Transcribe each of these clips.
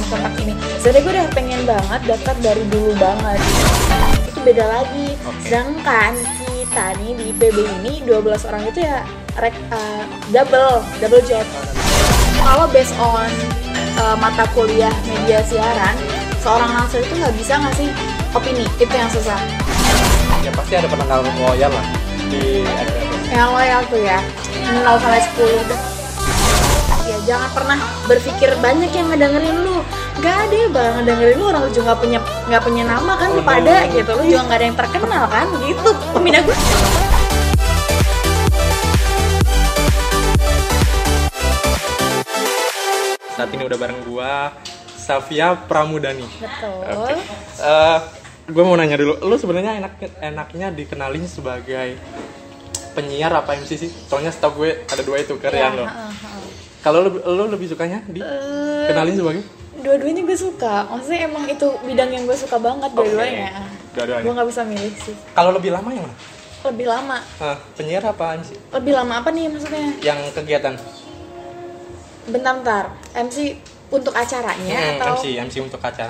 kontak ini. Sebenarnya gue udah pengen banget daftar dari dulu banget. Itu beda lagi. Sedangkan kita nih di IPB ini 12 orang itu ya double job. Kalau based on mata kuliah media siaran, seorang announcer itu nggak bisa ngasih opini, itu yang susah. Ya pasti ada pendengar loyal lah di FB. Yang loyal tuh ya 0 sampai 10 udah. Ya jangan pernah berpikir banyak yang ngedengerin lu. Gak ada ya bang ngedengerin lu, orang lu juga nggak punya nama kan lu pada gitu, lu juga nggak ada yang terkenal kan gitu. Pemindah gue. Saat ini udah bareng gua Safia Pramudani. Betul. Gue mau nanya dulu, lu sebenarnya enaknya dikenalin sebagai penyiar apa MC sih? Soalnya setahu gue ada dua itu kerjaan lo. Kalau lu lebih sukanya dikenalin sebagai? Dua-duanya gue suka, maksudnya emang itu bidang yang gue suka banget dua-duanya. Dua-duanya. Gue nggak bisa milih sih. Kalau lebih lama yang mana? Lebih lama. Penyiar apa MC? Lebih lama apa nih maksudnya? Yang kegiatan? Bentar. MC untuk acaranya atau? MC untuk acara.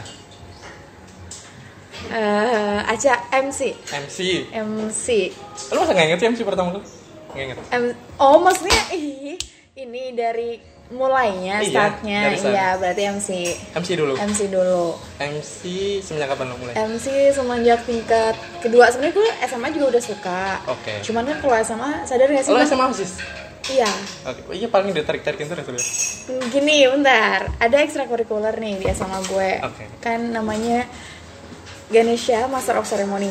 MC. Lu masa nggak inget sih MC pertama kali? Nggak inget. Maksudnya ini dari mulainya, startnya, iya berarti MC dulu. MC semenjak kapan lo mulai? MC semenjak tingkat kedua. Sebenarnya gue SMA juga udah suka. Cuman kan kalau SMA sadar nggak sih? Lo SMA OSIS? Iya. Iya paling ditarik-tarikin terus. Gini, bentar. Ada ekstrakurikuler nih di SMA gue. Kan namanya Ganesha Master of Ceremony.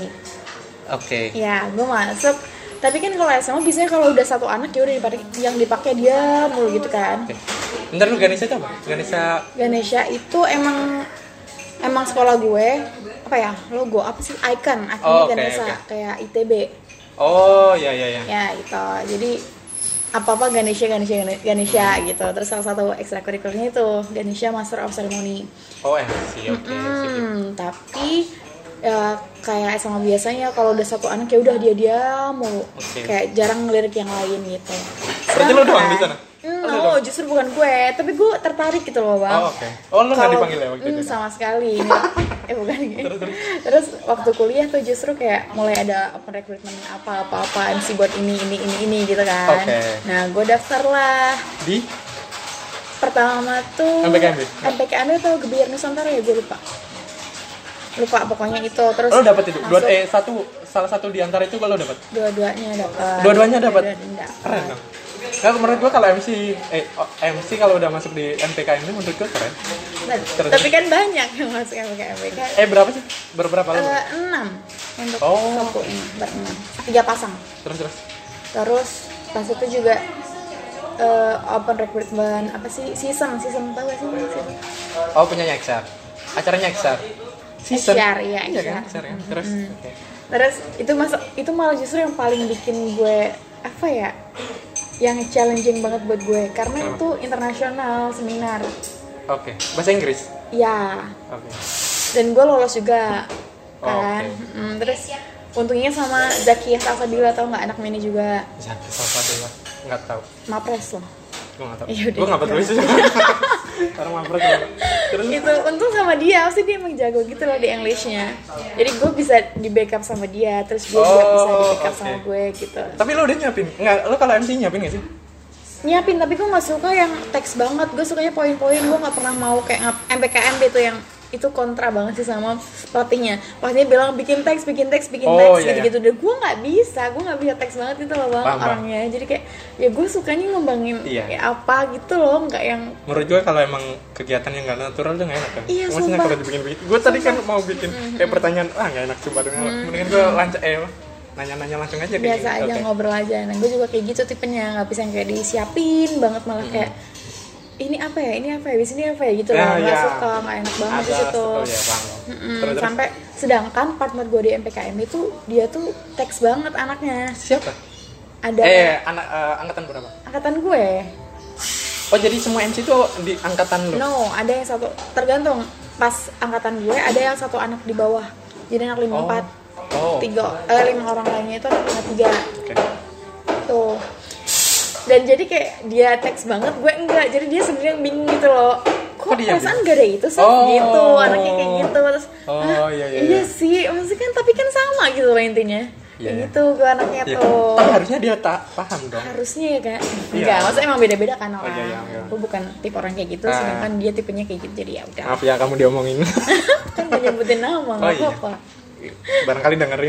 Ya, gue masuk. Tapi kan kalau SMA biasanya kalau udah satu anak ya udah yang dipakai dia mulu gitu kan. Bentar lu Ganesha itu apa? Ganesha itu emang sekolah gue apa ya? Logo apa sih? Akhirnya Ganesha kayak ITB. Iya. Ya, itu. Jadi apa-apa Ganesha gitu. Terus salah satu ekstrakurikulernya itu Ganesha Master of Ceremony. MC. Tapi ya kayak sama biasanya kalau udah satu anak ya udah dia mau kayak jarang ngelirik yang lain gitu. Berarti lo doang di sana? Justru bukan gue, tapi gue tertarik gitu loh bang. Lo nggak dipanggil ya waktu itu? Sama sekali. Bukan gitu. Terus waktu kuliah tuh justru kayak mulai ada open recruitment apa MC buat ini gitu kan. Nah gue daftar lah. Di? Pertama tuh MPKMB atau Gebiar Nusantara ya, gue lupa pokoknya itu. Terus lo dapet itu? Salah satu di antara itu lo dapet? Dua-duanya dapet? Keren dong. Nah, menurut gue kalau MC kalau udah masuk di MPKMB menurut gue keren. Tapi kan banyak yang masuk MPKMB kan. Berapa sih? Berapa lo? 6 untuk satu ini, 3 pasang. Terus pas itu juga open recruitment apa sih? Season tau gak sih? Punya Nyaksar. Acaranya Nyaksar. Iya kan? Terus itu malah justru yang paling bikin gue apa ya? Yang challenging banget buat gue karena itu internasional seminar. Bahasa Inggris? Iya. Dan gue lolos juga kan. Terus untungnya sama Zakia Salsabila, tau nggak, anak Mini juga. Zakia Salsabila nggak tahu. Mapres loh. Gue nggak tahu. Gue nggak peduli sih. Orang Mapres. Terus itu untung sama dia, pasti dia emang jago gitu loh di Englishnya. Jadi gue bisa di backup sama dia, terus dia juga bisa di backup sama gue gitu. Tapi lo udah nyiapin? Nggak, lo kalau MC nyiapin nggak sih? Nyiapin, tapi gue nggak suka yang teks banget. Gue sukanya poin-poin. Gue nggak pernah mau kayak MPKMB tuh yang itu kontra banget sih sama pelatihnya. Pelatihnya bilang bikin teks gitu-gitu. Dan gue nggak bisa teks banget itu loh bang orangnya. Jadi kayak ya gue sukanya ngembangin apa gitu loh, nggak yang. Menurut gue kalau emang kegiatan yang nggak natural tuh nggak enak kan. Iya, maksudnya kalau dibikin. Gue tadi kan mau bikin kayak pertanyaan, nggak enak coba dengan. Mendingan gue nanya-nanya langsung aja. Biasa aja ngobrol aja. Nah gue juga kayak gitu tipenya, nggak bisa yang kayak disiapin banget, malah kayak ini apa ya, di sini apa ya gitu loh, nggak suka, nggak enak banget di situ. Sampai sedangkan partner gue di MPKM itu dia tuh teks banget anaknya. Siapa? Ada angkatan berapa? Angkatan gue. Jadi semua MC itu di angkatan lo? No, ada yang satu, tergantung. Pas angkatan gue ada yang satu anak di bawah, jadi anak 54. 5 orang lainnya itu anak 53. Tuh. Dan jadi kayak dia teks banget, gue enggak. Jadi dia sendiri yang bingung gitu loh. Kok kok perasaan gak ada itu gitu, anaknya kayak gitu. Terus iya sih, maksudnya kan tapi kan sama gitu lah intinya. Kayak gitu gue anaknya tuh. Tapi harusnya dia tak paham dong. Harusnya ya Kak. Enggak, maksudnya emang beda-beda kan orang. Gue bukan tipe orang kayak gitu, sedangkan dia tipenya kayak gitu. Jadi ya udah. Maaf ya kamu diomongin. Kan gak nyebutin nama, enggak apa-apa. Barangkali dengerin.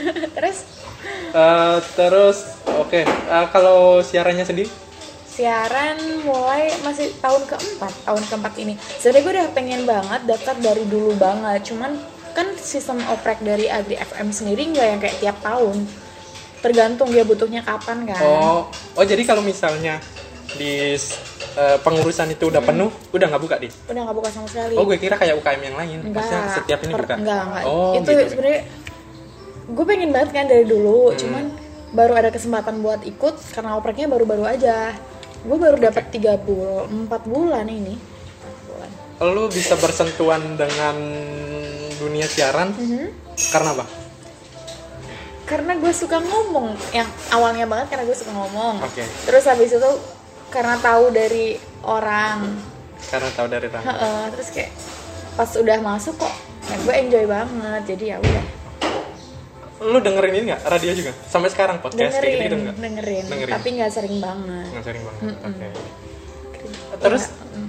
Terus oke. Kalau siarannya sendiri? Siaran mulai masih tahun keempat ini. Sebenarnya gue udah pengen banget daftar dari dulu banget, cuman kan sistem oprek dari Agri FM sendiri nggak yang kayak tiap tahun, tergantung dia butuhnya kapan kan. Jadi kalau misalnya di pengurusan itu udah penuh, udah nggak buka udah nggak buka sama sekali. Gue kira kayak UKM yang lain, maksudnya setiap ini buka. Enggak. Itu gitu. Sebenarnya gue pengen banget kan dari dulu, cuman baru ada kesempatan buat ikut karena opreknya baru-baru aja. Gue baru dapat 4 bulan ini. Lu bisa bersentuhan dengan dunia siaran karena apa? Karena gue suka ngomong, yang awalnya banget karena gue suka ngomong. Terus habis itu karena tahu dari orang. Terus kayak pas udah masuk kok, ya gue enjoy banget. Jadi ya udah. Lu dengerin ini nggak radio juga sampai sekarang podcast kayak gitu nggak? Dengerin, tapi nggak sering banget. Oke. Terus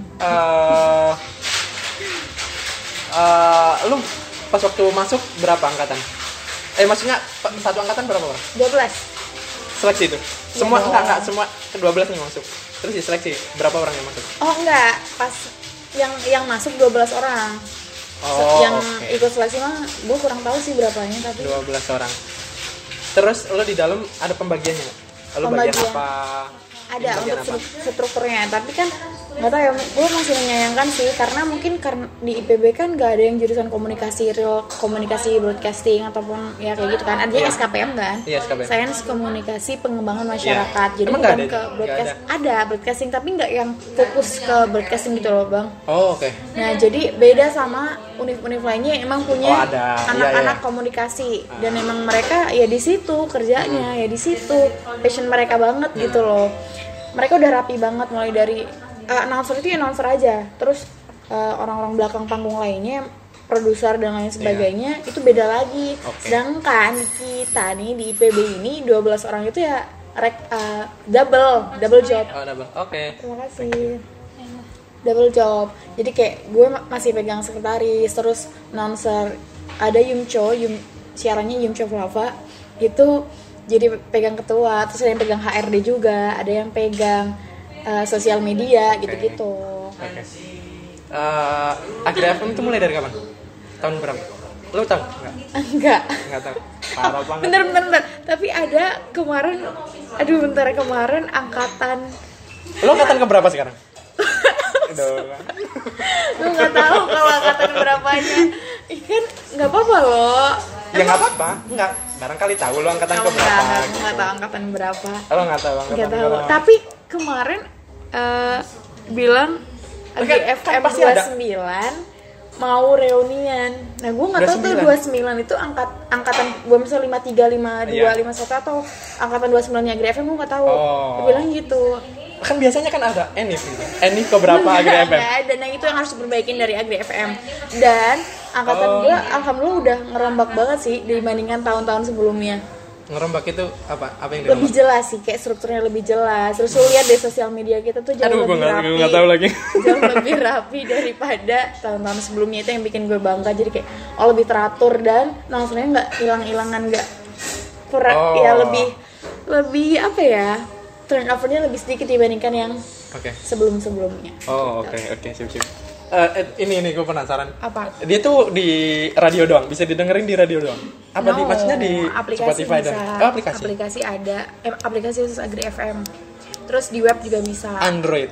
lu pas waktu masuk berapa angkatan? Maksudnya satu angkatan berapa orang? 12. Seleksi itu? Semua enggak semua 12 nih masuk. Terus diseleksi berapa orang yang masuk? Enggak, pas yang masuk 12 orang. Ikut seleksi mah gue kurang tahu sih berapanya, tapi 12 orang. Terus lo di dalam ada pembagiannya nggak? Lo bagian apa? Ada untuk strukturnya, tapi kan nggak tahu ya, gue masih menyayangkan sih karena mungkin di IPB kan nggak ada yang jurusan komunikasi broadcasting ataupun ya kayak gitu kan, adanya SKPM kan, Sains Komunikasi Pengembangan Masyarakat. Jadi bukan ke broadcast, ada broadcasting tapi nggak yang fokus ke broadcasting gitu loh bang. Nah jadi beda sama univ-univ lainnya yang emang punya anak-anak komunikasi dan emang mereka ya di situ kerjanya, ya di situ passion mereka banget gitu loh. Mereka udah rapi banget mulai dari announcer itu announcer aja, terus orang-orang belakang panggung lainnya, produser dan lain sebagainya itu beda lagi. Sedangkan kita nih di IPB ini 12 orang itu ya double job. Terima kasih. Double job. Jadi kayak gue masih pegang sekretaris, terus announcer, ada siarannya Yumcho Flava itu jadi pegang ketua, terus ada yang pegang HRD juga, ada yang pegang sosial media gitu-gitu. Agri FM itu mulai dari kapan? Tahun berapa? Lo tahu? Enggak tahu. Parah banget. Bentar. Tapi ada kemarin angkatan. Lo angkatan ke berapa sekarang? Gue nggak tahu kalau angkatan berapanya. Kan nggak apa-apa loh. Ya nggak apa-apa. Nggak. Barangkali tahu lo angkatan ke berapa. Nggak tahu angkatan berapa. Lo nggak tahu angkatan berapa. Tapi kemarin bilang Agri FM 29 mau reunian. Nah gue nggak tahu tuh 29 itu angkatan gue misalnya 53, 52, 51 atau angkatan 29 nya Agri FM, gue nggak tahu. Dia bilang gitu. Kan biasanya kan ada Enif ke berapa Agri FM? Dan yang itu yang harus diperbaikin dari Agri FM. Dan angkatan gue alhamdulillah udah ngerombak banget sih dibandingkan tahun-tahun sebelumnya. Ngerombak itu apa yang dirombak? Lebih jelas sih, kayak strukturnya lebih jelas. Terus lu lihat di sosial media kita tuh jauh lebih rapi. Gue nggak tahu lagi. Jauh lebih rapi daripada tahun-tahun sebelumnya. Itu yang bikin gue bangga. Jadi kayak lebih teratur dan sebenarnya nggak hilang-hilangan, nggak ya lebih apa ya, turnovernya lebih sedikit dibandingkan yang sebelum-sebelumnya. Oke, sip. Ini gue penasaran. Apa? Dia tuh di radio doang, bisa didengerin di radio doang. Apa maksudnya di Spotify bisa. Dan aplikasi ada. Aplikasi khusus Agri FM. Terus di web juga bisa. Android.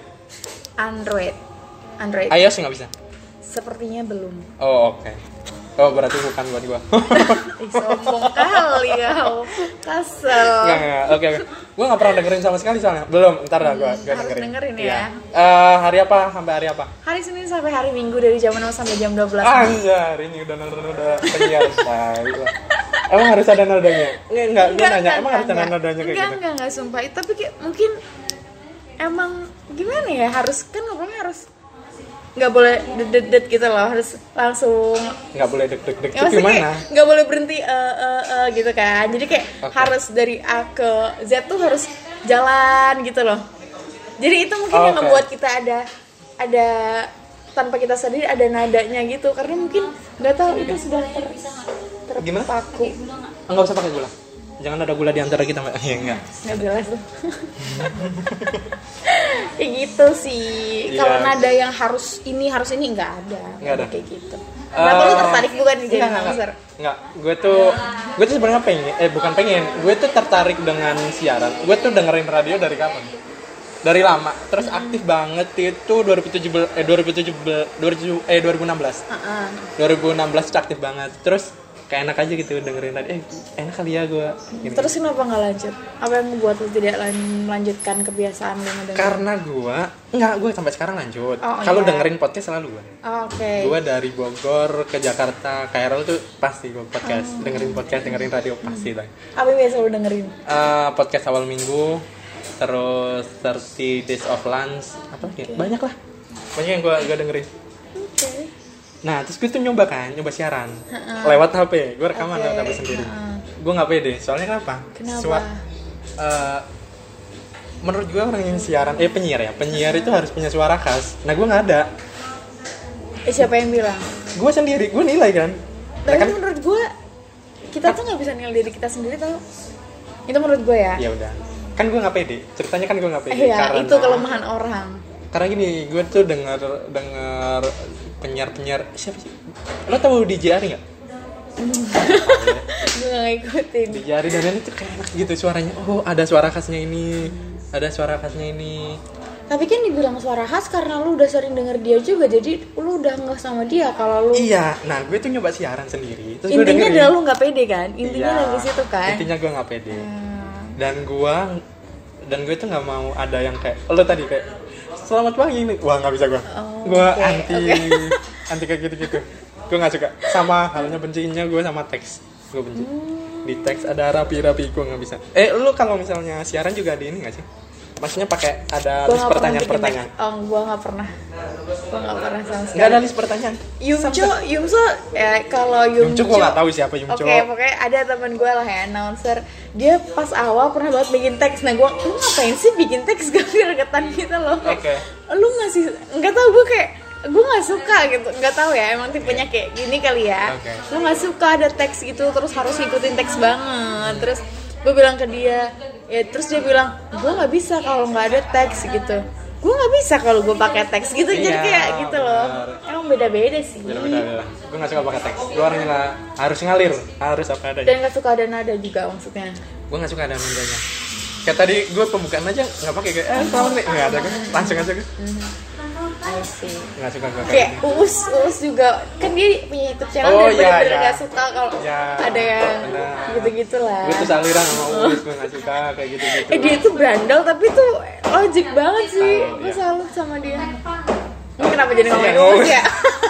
iOS nggak bisa? Sepertinya belum. Oke. Berarti bukan buat gua. Sombong kali kau. Kesel. Oke. Gua nggak pernah dengerin sama sekali soalnya. Belum, ntar lah gua dengerin ya. Hari apa sampai hari apa? Hari Senin sampai hari Minggu dari jam 6 sampai jam 12. Anjir, ini udah penyiar saya. Emang harus ada nadanya? Enggak, gua nanya. Emang harus ada nadanya kayak gitu? Enggak, sumpah. Tapi kayak mungkin emang gimana ya? Harus kan ngobrolnya harus nggak boleh det gitu loh, harus langsung nggak boleh deg itu gimana? Nggak boleh berhenti gitu kan, jadi kayak harus dari A ke Z tuh harus jalan gitu loh. Jadi itu mungkin yang ngebuat kita ada tanpa kita sadari ada nadanya gitu, karena mungkin nggak tahu itu sudah terpaku. Nggak usah pakai gula, jangan ada gula di antara kita mbak. Ya nggak jelas tuh. Kayak gitu sih. Kalau nada yang harus ini nggak ada kayak gitu. Kenapa lu tertarik bukan nih jadi announcer? Enggak, gue tuh sebenarnya pengen, gue tuh tertarik dengan siaran. Gue tuh dengerin radio dari kapan? Dari lama, terus aktif banget itu 2016. 2016 tuh aktif banget, terus kayak enak aja gitu dengerin radio, enak kali ya gue gitu. Terus kenapa nggak lanjut? Apa yang membuat lu tidak melanjutkan kebiasaan dengerin? Karena gue sampai sekarang lanjut. Kalau dengerin podcast selalu gue. Gue dari Bogor ke Jakarta, KRL tuh pasti gue podcast, dengerin radio pasti lah. Apa yang biasa lu dengerin? Podcast awal minggu, terus 30 Days of Lunch, apa ya? Banyak yang gue dengerin. Nah, terus gue tuh nyoba siaran lewat HP, gue rekaman lewat HP sendiri. Gue nggak pede, soalnya kenapa? Menurut gue orang yang siaran, penyiar itu harus punya suara khas. Nah, gue nggak ada. Siapa yang bilang? Gue sendiri, gue nilai kan. Tapi kan menurut gue kita tuh nggak bisa nilai diri kita sendiri tau. Itu menurut gue ya. Ya udah, kan gue nggak pede. Ceritanya kan gue nggak pede. Iya, itu kelemahan orang. Karena gini, gue tuh denger penyiar siapa sih? Lo tahu DJ Ari nggak? Gue nggak ngikutin. DJ Ari dan ini tuh kayak enak gitu suaranya. Oh, ada suara khasnya ini. Tapi kan dibilang suara khas karena lu udah sering denger dia juga, jadi lu udah nggak sama dia kalau lu. Iya, nah gue tuh nyoba siaran sendiri. Terus intinya adalah lu nggak pede kan? Intinya lagi situ kan? Intinya gue nggak pede. Dan gue tuh nggak mau ada yang kayak lo tadi kayak selamat pagi nih, wah nggak bisa gue. Gue anti kayak gitu. Gue nggak suka. Sama halnya bencinya gue sama teks. Gue benci. Di teks ada rapi-rapi, gue nggak bisa. Lu kalau misalnya siaran juga ada ini nggak sih? Maksudnya pakai ada list pertanyaan-pertanyaan. Gue nggak pernah sama sekali. Nggak ada list pertanyaan. Yumco kalau Yumco gue nggak tahu siapa Yumco. Pokoknya ada teman gue lah ya, announcer. Dia pas awal pernah banget bikin teks. Nah gue, lu ngapain sih bikin teks gak gregetan gitu loh? Lu nggak tahu, gue nggak suka gitu, nggak tahu ya, emang tipenya kayak gini kali ya. Lu nggak suka ada teks gitu, terus harus ngikutin teks banget. Terus gue bilang ke dia, terus dia bilang, gue nggak bisa kalau nggak ada teks gitu. Gue nggak bisa kalau gue pakai teks gitu, jadi kayak gitu loh. Emang beda-beda sih. Beda-beda. Gue nggak suka pakai teks. Gue orangnya harus ngalir, harus apa adanya. Dan nggak suka ada nada juga maksudnya. Gue nggak suka ada nadanya. Kayak tadi gue pembukaan aja nggak pakai kayak selamat nih, nggak ada kan, langsung aja kan. I see. Nggak suka gue kayak Uus juga kan dia punya YouTube channel dan bener-bener nggak suka kalau ada yang gitu-gitu lah. Gue tuh saliran sama Uus, gue nggak suka kayak gitu-gitu. Dia tuh berandal tapi tuh logik banget sih. Gue salut sama dia. Ini kenapa jadi ngomongin Uus ya?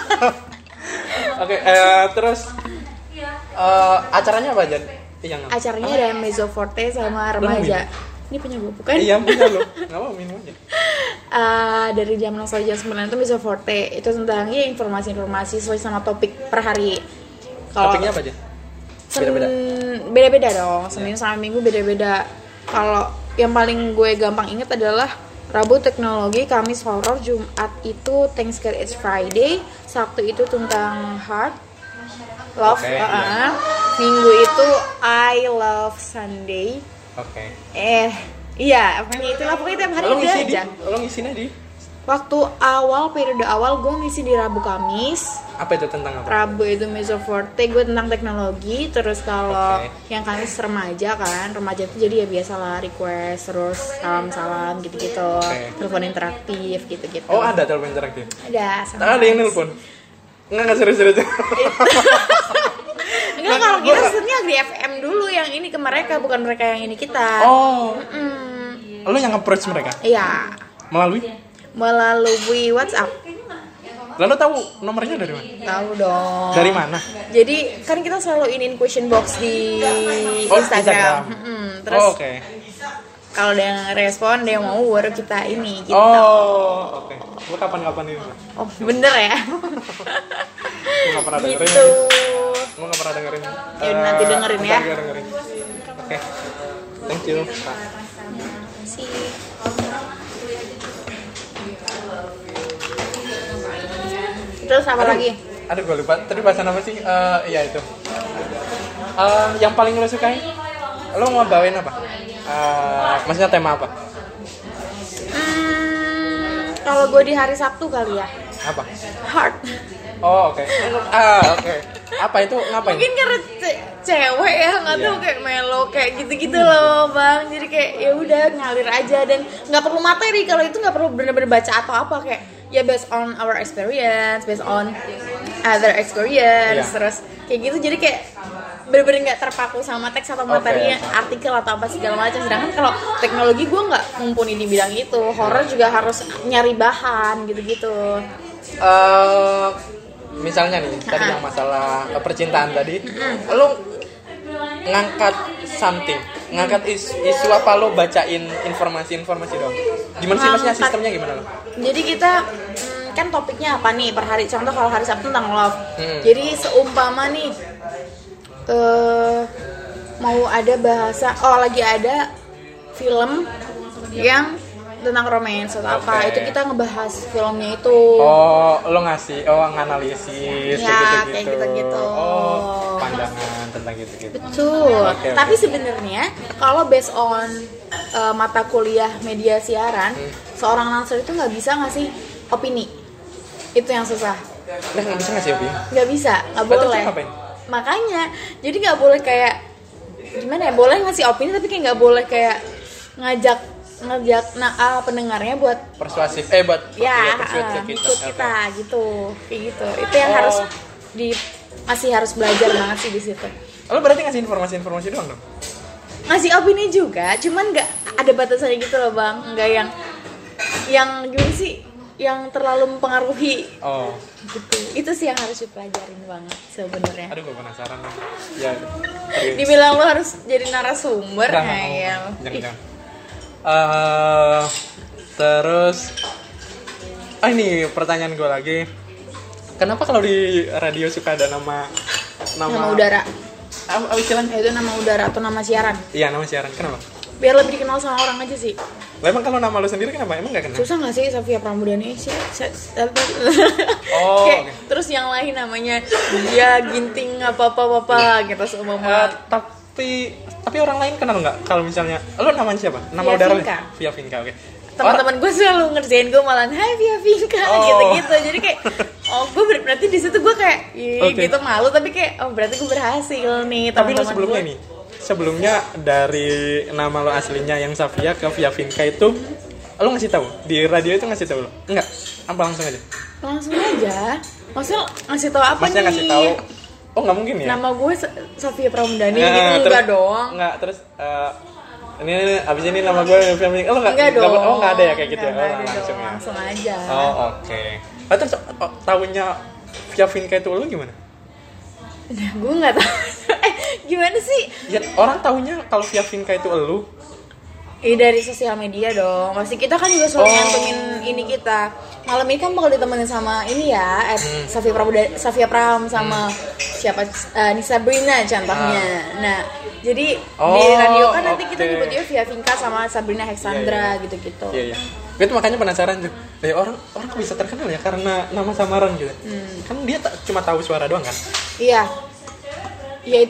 Oke, terus acaranya apa aja? Acaranya ada Mezzo Forte sama remaja. Ini punya gue bukan? Iya punya lo. Nggak mau minum aja. Dari jam 6 sampai jam 9 itu Mezzo Forte. Itu tentang informasi-informasi sesuai sama topik per hari. Topiknya apa aja? Beda-beda dong. Senin sampai Minggu beda-beda. Kalau yang paling gue gampang inget adalah Rabu teknologi, Kamis horor, Jumat itu Thanksgiving It's Friday, Sabtu itu tentang heart, love, Minggu itu I love Sunday. Iya, itulah pokoknya tiap hari ada aja. Lo ngisinya di? Waktu periode awal gue ngisi di Rabu Kamis. Apa itu tentang apa? Rabu itu Mezzo Forte, gue tentang teknologi. Terus kalau yang Kamis remaja kan, remaja itu jadi ya biasalah request, terus salam-salam gitu-gitu, telepon interaktif gitu-gitu. Oh ada telepon interaktif? Ada. Ada yang nelpon? Nggak serius-serius. Enggak, kalau kita sebenarnya Agri FM dulu yang ini ke mereka, bukan mereka yang ini kita. Lo yang approach mereka? Iya. Melalui WhatsApp. Lalu tahu nomornya dari mana? Tahu dong. Dari mana? Jadi kan kita selalu iniin question box di Instagram. Terus kalau ada yang respon, ada yang mau baru kita ini gitu. Oh, oke. Lu kapan-kapan ini? Oh, bener ya? Gue gak pernah dengerin. Gitu. Gue gak pernah dengerin. Ya nanti dengerin ya. Dengerin. Oke. Thank you. Sih. Terus apa lagi? Aduh, gue lupa. Tadi bahasan apa sih? Iya itu. Yang paling lo sukai? Lo mau bawain apa? Maksudnya tema apa? Kalau gue di hari Sabtu kali ya. Apa? Heart. Oh, oke. Oke. Apa itu ngapain? Mungkin karena cewek ya, nggak tahu kayak melo kayak gitu-gitu loh bang. Jadi kayak ya udah ngalir aja dan nggak perlu materi. Kalau itu nggak perlu bener-bener baca atau apa, kayak ya based on our experience, based on other experience, terus kayak gitu. Jadi kayak bener-bener nggak terpaku sama teks atau materinya, artikel atau apa segala macam. Sedangkan kalau teknologi gue nggak mumpuni di bidang itu. Horor juga harus nyari bahan gitu-gitu. Misalnya nih, tadi yang masalah percintaan tadi, lo ngangkat something, ngangkat isu apa, lo bacain informasi doang? Gimana sih maksudnya, sistemnya gimana lo? Jadi kita kan topiknya apa nih per hari, contoh kalau hari Sabtu tentang love. Jadi seumpama nih mau ada bahasa, lagi ada film yang tentang romance atau apa, itu kita ngebahas filmnya itu. Lo nganalisis kayak gitu. Pandangan tentang gitu. Betul. Tapi sebenarnya kalau based on mata kuliah media siaran, seorang announcer itu nggak bisa ngasih opini. Itu yang susah. Nggak bisa ngasih opini? Nggak bisa, nggak boleh. Makanya, jadi nggak boleh kayak gimana ya? Boleh ngasih opini tapi kayak nggak boleh kayak ngajak pendengarnya buat persuasif, buat ikut kita gitu, kayak gitu. Itu yang harus masih harus belajar banget sih di situ. Lo berarti ngasih informasi doang dong? Ngasih opini juga, cuman nggak ada batasannya gitu loh bang, nggak yang gimana sih, yang terlalu mempengaruhi. Gitu. Itu sih yang harus dipelajarin banget sebenarnya. Aduh, gue penasaran nih. Ya. Dibilang lo harus jadi narasumber, jangan. Terus ini pertanyaan gue lagi, kenapa kalau di radio suka ada nama udara? Apa istilahnya? Itu nama udara atau nama siaran? Iya, nama siaran. Kenapa? Biar lebih dikenal sama orang aja sih. Emang kalau nama lo sendiri kenapa? Emang nggak kenal? Susah nggak sih Safia Pramudani sih? Terus yang lain namanya dia Ginting apa gitu semua. Tapi orang lain kenal nggak? Kalau misalnya lo namanya siapa? Nama udara? Via Vinka. Oke. Teman-teman gue selalu ngerjain gue malah Hai Via Vinka gitu. Jadi kayak gue berarti di situ gue kayak gitu malu, tapi kayak berarti gue berhasil nih. Tapi lo sebelumnya dari nama lo aslinya yang Safia ke Via Vinka itu lo ngasih tahu di radio itu, ngasih tahu lo? Enggak? Apa langsung aja? Langsung aja. Maksudnya ngasih tahu apa? Maksudnya nih? Ngasih tahu. Oh, nggak mungkin ya? Nama gue Safia Pramudani gitu, enggak dong. Enggak, terus ini abis ini nama gue Via Vinka. Lo enggak dong. Nggak ada ya kayak gitu ya? Langsung aja. Oke. Terus tahunya Via Vinka itu lo gimana? Nah, gue nggak tahu. Gimana sih? Ya, orang tahunya kalau Via Vinka itu lo. Dari sosial media dong. Masih kita kan juga selalu nyantumin ini kita. Malam ini kan bakal ditemenin sama ini ya, Safia Pram sama siapa, Sabrina contohnya. Nah, jadi di radio kan nanti kita nyebutnya Via Vinka sama Sabrina Hexandra gitu-gitu. Iya. Gue tuh makanya penasaran tuh. Orang kok bisa terkenal ya karena nama samaran gitu. Kan dia cuma tahu suara doang kan? Iya. Ya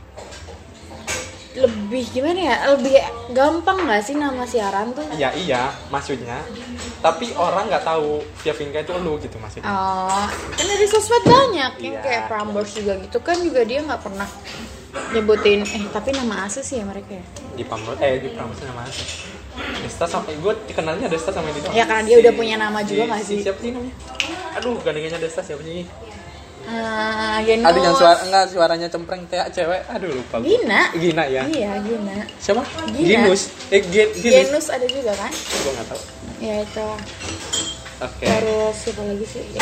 lebih gimana ya, lebih gampang nggak sih nama siaran tuh? Iya maksudnya, tapi orang nggak tahu Via Vinka itu lu gitu maksudnya. Kan dari sosmed banyak yang kayak Prambors juga gitu kan, juga dia nggak pernah nyebutin tapi nama asli sih ya mereka ya. Di Prambors nama asli. Desta sampai gue dikenalnya Desta sama dia doang. Ya karena dia udah punya nama juga nggak sih? Siapa sih namanya? Aduh, gandengannya Desta siapa sih? Genus. Aduh, yang suaranya cempreng cewek. Aduh, lupa. Gina ya? Iya, Gina. Siapa? Ginus. Genus ada juga kan? Gue nggak tahu. Ya itu. Oke. Terus siapa lagi sih? Ya.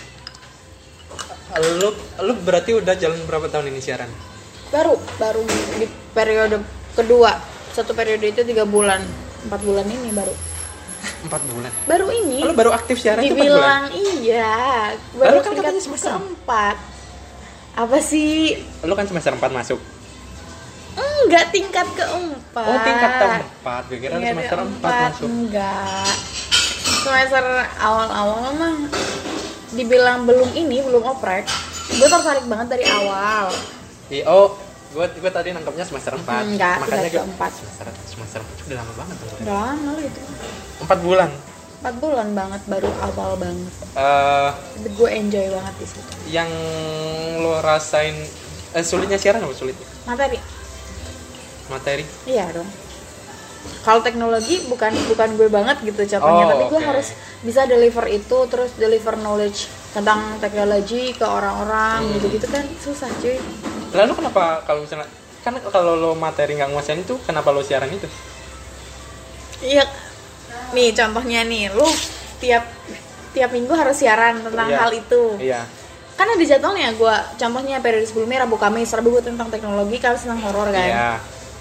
Lu berarti udah jalan berapa tahun ini siaran? Baru di periode kedua. Satu periode itu 3 bulan. 4 bulan ini baru. 4 bulan? Baru ini. Lo baru aktif siaran itu 4 bulan? Dibilang iya. Baru kan katanya semester 4. Apa sih? Lo kan semester 4 masuk? Enggak, tingkat keempat. Oh, tingkat keempat. Gue kira semester 4 masuk. Enggak. Semester awal-awal mah dibilang belum oprek. Gue tertarik banget dari awal. Oh, gue tadi nangkepnya semester 4. Enggak, makanya gue keempat. Semester 4 udah lama banget. Udah lama lo itu. 4 bulan. 4 bulan banget, baru awal banget. Gue enjoy banget di situ. Yang lo rasain sulitnya siaran apa sulit? Materi? Iya dong. Kalau teknologi bukan gue banget gitu contohnya, tapi gue harus bisa deliver itu, terus deliver knowledge tentang teknologi ke orang-orang gitu-gitu kan susah cuy. Lalu kenapa kalau misalnya kan kalau lo materi nggak nguasain itu, kenapa lo siaran itu? Iya, nih contohnya nih, lo tiap minggu harus siaran tentang hal itu. Iya. Kan ada jadwalnya. Gue contohnya periode sebelumnya Rabu Kamis gue tentang teknologi, Kamis tentang horor kan. Iya.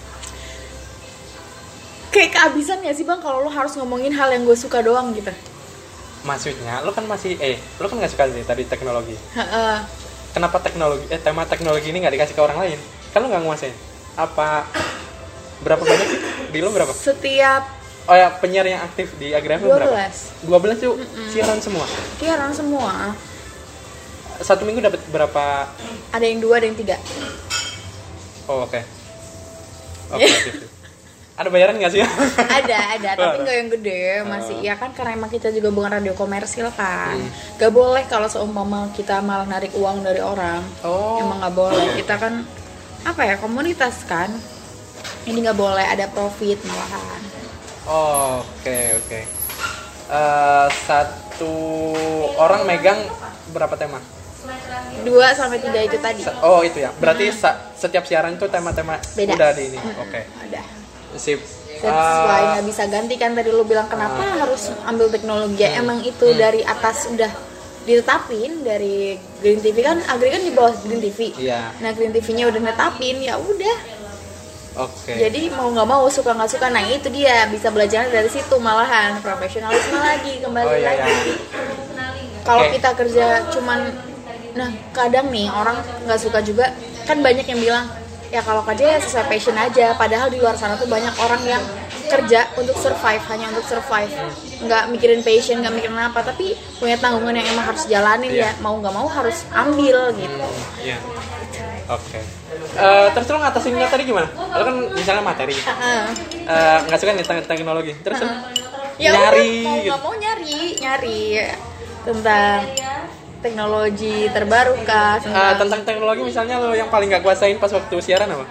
Kayak kehabisan ya sih bang kalau lo harus ngomongin hal yang gue suka doang gitu. Maksudnya lo kan lo kan nggak suka sih tadi teknologi. Kenapa tema teknologi ini nggak dikasih ke orang lain? Kan lo nggak nguasain. Apa berapa banyak sih? Di lo berapa? Setiap penyiar yang aktif di Agrafem berapa? 12 tuh siaran semua. Siaran semua. Satu minggu dapat berapa? Ada yang 2, ada yang 3. Oh, oke. Ada bayaran nggak sih? ada tapi nggak yang gede masih ya kan, karena emang kita juga bukan radio komersil kan. Nggak boleh kalau seumpama kita malah narik uang dari orang. Emang nggak boleh. Kita kan komunitas kan, ini nggak boleh ada profit malahan. Oke. Satu orang megang berapa tema? 2-3 itu tadi. Itu ya. Berarti setiap siaran itu tema-tema beda. Udah di ini. Oke. Ada. Sip. That's why nggak bisa ganti kan, tadi lu bilang kenapa harus ambil teknologi. Emang itu dari atas udah ditetapin dari Green TV kan. Agri kan di bawah Green TV. Iya. Nah Green TV-nya udah netapin, ya udah. Oke. Jadi mau nggak mau, suka nggak suka, nah itu dia bisa belajar dari situ, malahan profesionalisme lagi kembali lagi. Kalau kita kerja cuman, nah kadang nih orang nggak suka juga kan, banyak yang bilang ya kalau kerja ya sesuai passion aja, padahal di luar sana tuh banyak orang yang kerja untuk survive, hanya untuk survive, nggak mikirin passion, nggak mikirin apa, tapi punya tanggungan yang emang harus jalanin ya, mau nggak mau harus ambil gitu. Oke. Terus lo ngatasinnya tadi gimana? Lo kan misalnya materi, nggak suka nih teknologi, terus ya nyari, mau nggak mau nyari tentang teknologi terbaru kah? Tentang teknologi misalnya lo yang paling nggak kuasain pas waktu siaran apa?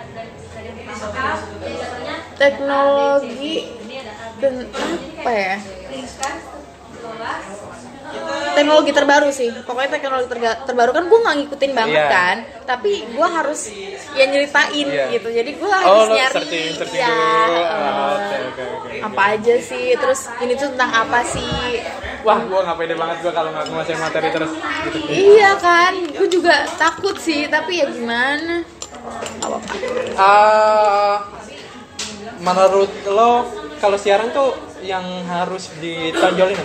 Teknologi apa ya? Teknologi terbaru sih, pokoknya teknologi terbaru kan gue nggak ngikutin banget kan, tapi gue harus ya nyeritain gitu, jadi gue harus nyari searching apa aja sih, terus ini tuh tentang apa sih. Wah, gue nggak pede banget gue kalau nggak nguasain materi terus gitu. Iya kan, gue juga takut sih, tapi ya gimana, nggak apa-apa. Menurut lo kalau siaran tuh yang harus ditonjolin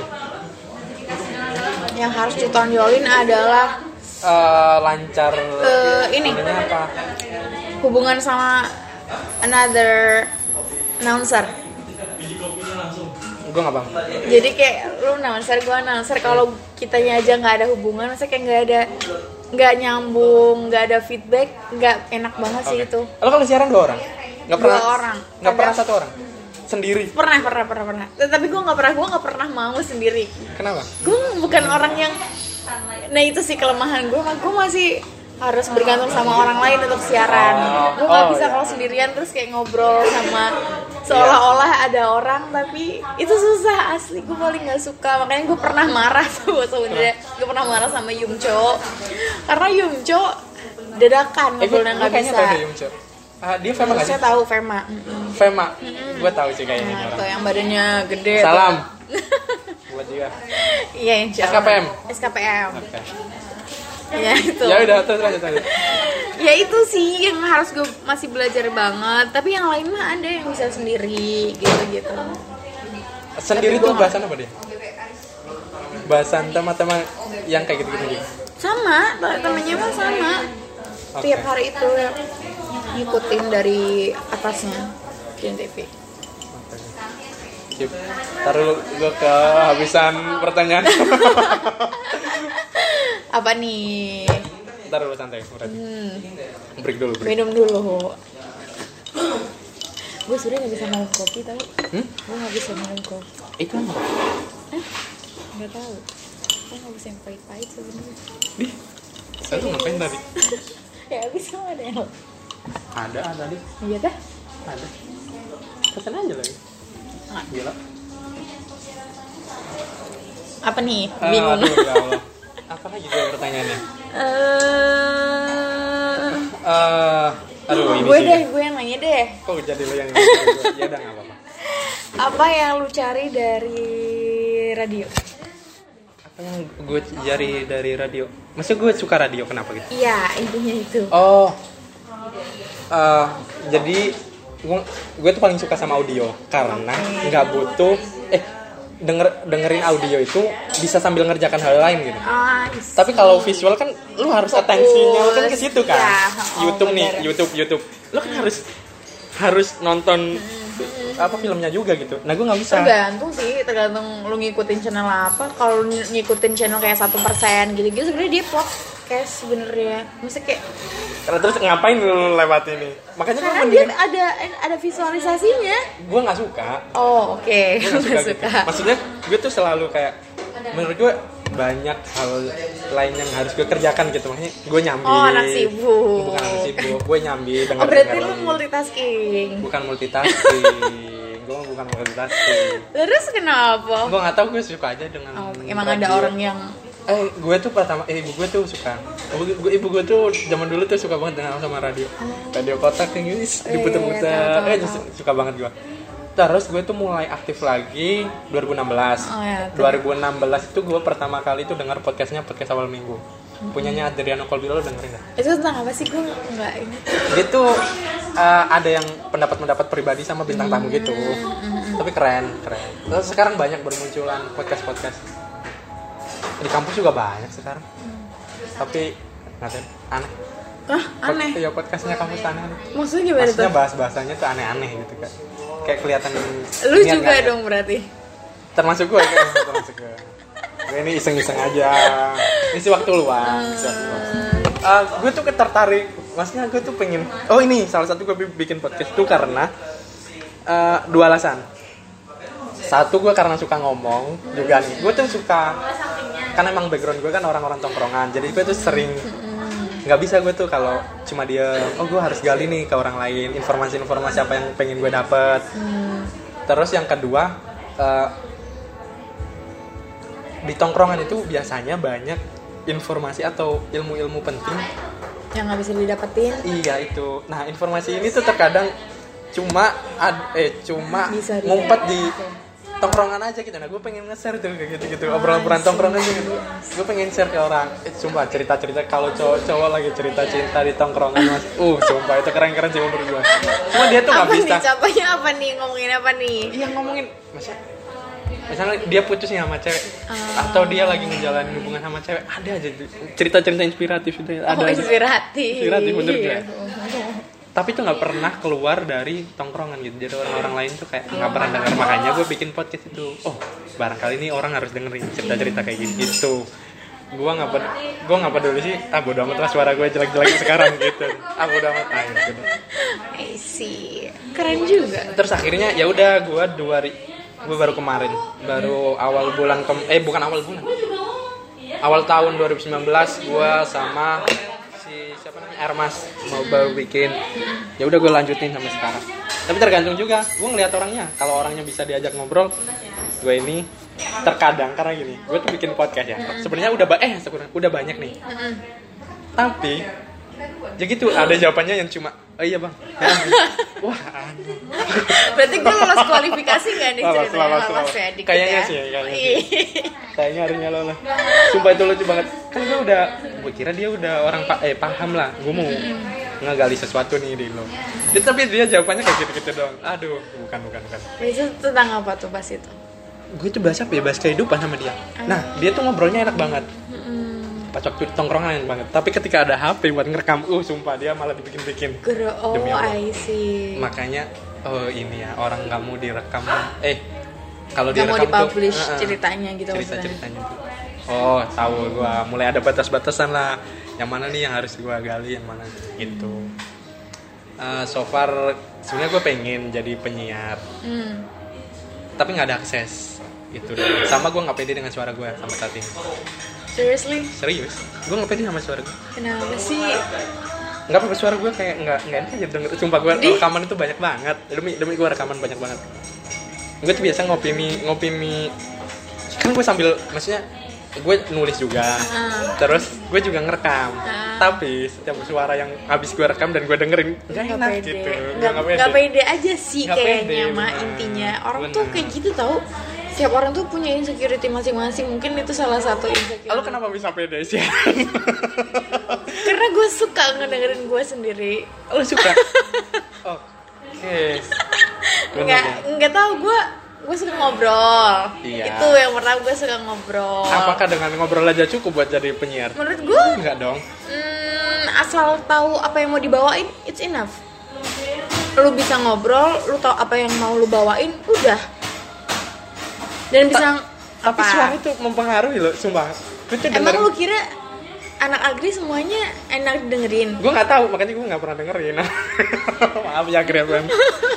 yang harus ditonjolin adalah lancar ini apa? Hubungan sama another announcer. Gue nggak bang. Jadi kayak lu announcer, gue announcer, kalau kitanya aja nggak ada hubungan, maksudnya kayak nggak nyambung, nggak ada feedback, nggak enak banget sih itu. Lo kalau siaran 2 orang? Nggak pernah? 2 orang. Nggak pernah 1 orang? Sendiri? Pernah. Tapi gue nggak pernah mau sendiri. Kenapa? Gue bukan orang yang, nah itu sih kelemahan gue masih harus bergantung sama orang lain untuk siaran. Gue nggak bisa kalau sendirian terus kayak ngobrol sama seolah-olah ada orang, tapi itu susah asli. Gue paling nggak suka, makanya gue pernah marah sebenarnya. Gue pernah marah sama Yumcho karena Yumcho dadakan ngobrolnya nggak bisa. Dia Fema nggak sih? Saya tahu Fema. Gue tahu sih kayaknya. Nah, tuh yang badannya gede. Salam. Buat dia. Iya, insya Allah. SKPM. Iya itu. Ya udah terus lanjut. Ya itu sih yang harus gue masih belajar banget. Tapi yang lain mah ada yang bisa sendiri gitu. Sendiri tuh bahasan apa dia? Bahasan tema-tema yang kayak gitu-gitu juga. Sama, temennya mah sama. Tiap hari itu ngikutin dari atasnya GNTV. Taruh gue kehabisan pertanyaan. Apa nih? Ntar dulu santai berarti. Break dulu. Minum dulu. Gue sebenernya gak bisa minum kopi tau. Gue gak bisa minum kopi. Itu apa? Gak tau. Gue gak bisa yang pahit-pahit sebenernya. Saya tuh ngapain tadi? Ya abis kamu ada yang Ada tadi. Iya kah? Ada. Pesan aja lagi. Gila. Apa nih? Bingung. Aduh, ya Allah. Apa lagi gue pertanyaannya? Aduh, ini gue yang nanya deh. Kok jadi lo yang nanya? Ya udah, nggak apa-apa. Apa yang lu cari dari radio? Apa yang gue cari dari radio? Maksudnya gue suka radio, kenapa gitu? Iya, intinya itu. Jadi gue tuh paling suka sama audio karena nggak butuh dengerin audio itu bisa sambil ngerjakan hal lain gitu. Tapi kalau visual kan lu harus atensinya kan ke situ kan. Ya, YouTube nih, YouTube. Lu kan harus nonton apa filmnya juga gitu. Nah, gue nggak bisa. Tergantung lu ngikutin channel apa. Kalau ngikutin channel kayak 1% gitu-gitu sebenarnya dia podcast sebenarnya. Maksudnya kayak terus ngapain lu lewat ini? Makanya karena dia ada visualisasinya. Gue nggak suka. Oh, oke. Gue nggak suka. Gitu. Maksudnya gue tuh selalu kayak menurut gue banyak hal lain yang harus gue kerjakan gitu. Makanya gue nyambi. Oh, anak sibuk. Bukan anak sibuk, gue nyambi denger. Oh, berarti lu multitasking. Bukan multitasking. Gue bukan multitasking. Terus kenapa? Gue nggak tahu, gue suka aja dengan. Emang radio. Ada orang yang gue tuh pertama ibu gue tuh suka. Ibu gue tuh zaman dulu tuh suka banget dengan sama radio. Radio kotak yang gitu diputer-puter. Suka banget gue. Terus gue tuh mulai aktif lagi 2016. 2016 itu gue pertama kali tuh dengar podcastnya Podcast Awal Minggu. Punyanya Adriano Colbilo, lo dengerin nggak? Itu tentang apa sih? Gue nggak ini. Dia tuh ada yang pendapat pribadi sama bintang tamu gitu. Tapi keren. Terus sekarang banyak bermunculan podcast. Di kampus juga banyak sekarang. Tapi nggak tahu, aneh. Aneh? Ya podcastnya kampus aneh. Maksudnya gimana tuh? Maksudnya bahas-bahasanya tuh aneh-aneh gitu kan. Kayak kelihatan. Lu juga dong berarti. Termasuk gue kan. Gue ini iseng-iseng aja. Isi waktu luang. Gue tuh tertarik. Maksudnya gue tuh pengen. Oh, ini salah satu gue bikin podcast tuh karena 2 alasan. Satu, gue karena suka ngomong juga nih. Gue tuh suka, kan emang background gue kan orang-orang tongkrongan. Jadi gue tuh sering nggak bisa gue tuh kalau cuma dia. Oh, gue harus gali nih ke orang lain informasi-informasi apa yang pengen gue dapet. Terus yang kedua, di tongkrongan itu biasanya banyak informasi atau ilmu-ilmu penting yang nggak bisa didapetin. Iya itu. Nah, informasi ini tuh terkadang cuma ngumpet di tongkrongan aja gitu. Nah, gue pengen nge-share tuh kayak gitu-gitu, obrolan tongkrongan aja gitu. Gue pengen share ke orang. Sumpah cerita-cerita kalau cowok lagi cerita cinta di tongkrongan, Mas. Sumpah itu keren-keren sih menurut gue. Cuma dia tuh enggak bisa. Capainya apa nih? Ngomongin apa nih? Iya, ngomongin misalnya dia putus nih sama cewek atau dia lagi ngejalanin hubungan sama cewek, ada aja cerita-cerita inspiratif itu. Ada inspiratif menurut gue. Tapi itu nggak pernah keluar dari tongkrongan gitu. Jadi orang-orang lain tuh kayak nggak pernah dengar. Makanya gue bikin podcast itu. Oh, barangkali ini orang harus dengerin cerita-cerita kayak gitu. Gue nggak peduli sih. Bodo amat lah suara gue jelek-jelek sekarang gitu. Bodo amat gitu. Sih, keren juga. Terus akhirnya ya udah gue baru kemarin, baru awal bulan bukan awal bulan. Awal tahun 2019 gue sama siapa namanya Ermas mau baru bikin. Ya udah gue lanjutin sampai sekarang. Tapi tergantung juga gue ngeliat orangnya. Kalau orangnya bisa diajak ngobrol, gue ini terkadang karena gini, gue tuh bikin podcast ya. Sebenarnya udah banyak nih. Tapi ya gitu, ada jawabannya yang cuma Oh iya bang. Wah aneh. Berarti gue lolos kualifikasi nggak nih ceritanya? Lolos ya? Kayaknya sih. Kayaknya harusnya lolos. Sumpah itu lucu banget. Kan gue kira dia udah orang paham lah. Gue mau ngegali sesuatu nih di lo. Tapi dia jawabannya kayak gitu-gitu doang. Aduh, bukan. Itu tentang apa tuh pas itu? Gue tuh bahas kehidupan sama dia. Nah, dia tuh ngobrolnya enak banget. Pas waktu tongkrongan enak banget. Tapi ketika ada HP buat ngerekam, sumpah dia malah dibikin-bikin. I see. Makanya ini ya, orang nggak mau direkam. Kalau nggak direkam mau dipublish ceritanya gitu. Ceritanya tuh. Oh, tahu gue. Mulai ada batas-batasan lah. Yang mana nih yang harus gue gali, yang mana gitu. So far sebenarnya gue pengen jadi penyiar. Tapi nggak ada akses. Itu deh. Sama gue nggak pede dengan suara gue sampai saat ini. Serius? Gue nggak pede sama suara gue. Kenapa sih? Nggak apa-apa, suara gue kayak nggak enak aja denger. Sumpah gue rekaman itu banyak banget. Demi gue rekaman banyak banget. Gue tuh biasa ngopi mie. Kan gue sambil, maksudnya gue nulis juga. Terus gue juga ngerekam. Tapi setiap suara yang habis gue rekam dan gue dengerin nggak enak pede. gitu. Nggak pede aja sih Nggak kayaknya pede, mah intinya. Orang tuh kayak gitu tau. Setiap orang tuh punya insecurity masing-masing. Mungkin itu salah satu insecurity. Lo kenapa bisa pede sih? Karena gue suka ngedengerin gue sendiri. Lo suka? Oke. Nggak tahu, gue suka ngobrol. Iya. Itu yang pertama, gue suka ngobrol. Apakah dengan ngobrol aja cukup buat jadi penyiar? Menurut gue enggak dong. Asal tahu apa yang mau dibawain, it's enough. Lu bisa ngobrol, lu tahu apa yang mau lu bawain, udah. Dan bisa tapi suara itu mempengaruhi loh, sumpah. Emang lu kira anak agri semuanya enak dengerin? Gue nggak tahu, makanya gue nggak pernah dengerin. Maaf ya Agri FM.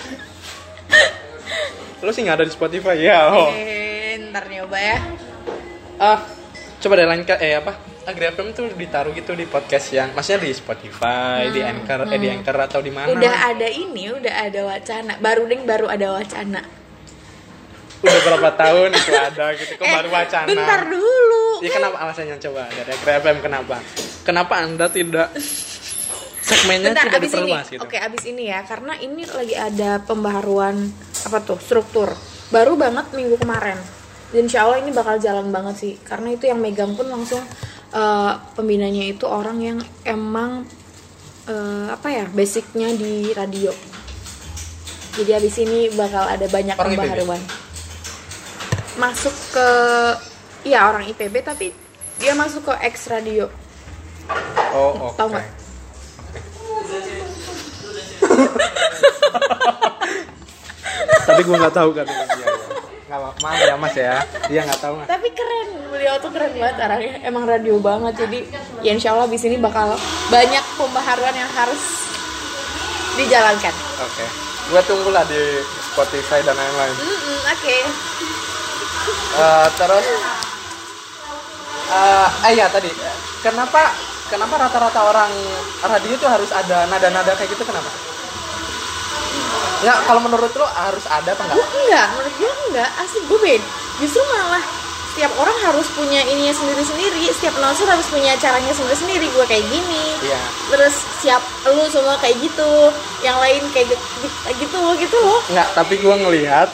Lu sih nggak ada di Spotify ya? Ntar nyoba ya. Coba deh lain Agri FM tuh ditaruh gitu di podcast yang, maksudnya di Spotify, di Anchor atau di mana? Udah ada wacana. Baru ada wacana. Udah berapa tahun itu ada gitu, kok baru wacana? Bentar dulu. Ya kenapa alasannya, coba dari Agri FM kenapa? Kenapa Anda tidak segmennya tidak diperluas gitu? Oke, abis ini ya, karena ini lagi ada pembaharuan struktur. Baru banget minggu kemarin. Dan insya Allah ini bakal jalan banget sih, karena itu yang megang pun langsung pembinanya itu orang yang emang basicnya di radio. Jadi abis ini bakal ada banyak orang pembaharuan. Masuk ke orang IPB tapi dia masuk ke X Radio. Oh, oke. Tahu nggak? Tapi gue nggak tahu kan dia. Nggak maaf ya Mas ya, dia nggak tahu. Tapi keren, beliau tuh keren banget orangnya. Emang radio banget, jadi ya insya Allah di sini bakal banyak pembaharuan yang harus dijalankan. Oke. Gue tunggulah di Spotify dan lain-lain. Oke. Terus tadi kenapa rata-rata orang radio itu harus ada nada-nada kayak gitu, kenapa? Ya kalau menurut lo harus ada apa enggak? Menurut gue enggak, asli gue beda. Justru malah setiap orang harus punya ininya sendiri-sendiri, setiap announcer harus punya caranya sendiri-sendiri. Gue kayak gini, terus lu semua kayak gitu, yang lain kayak gitu loh. Enggak, tapi gue ngelihat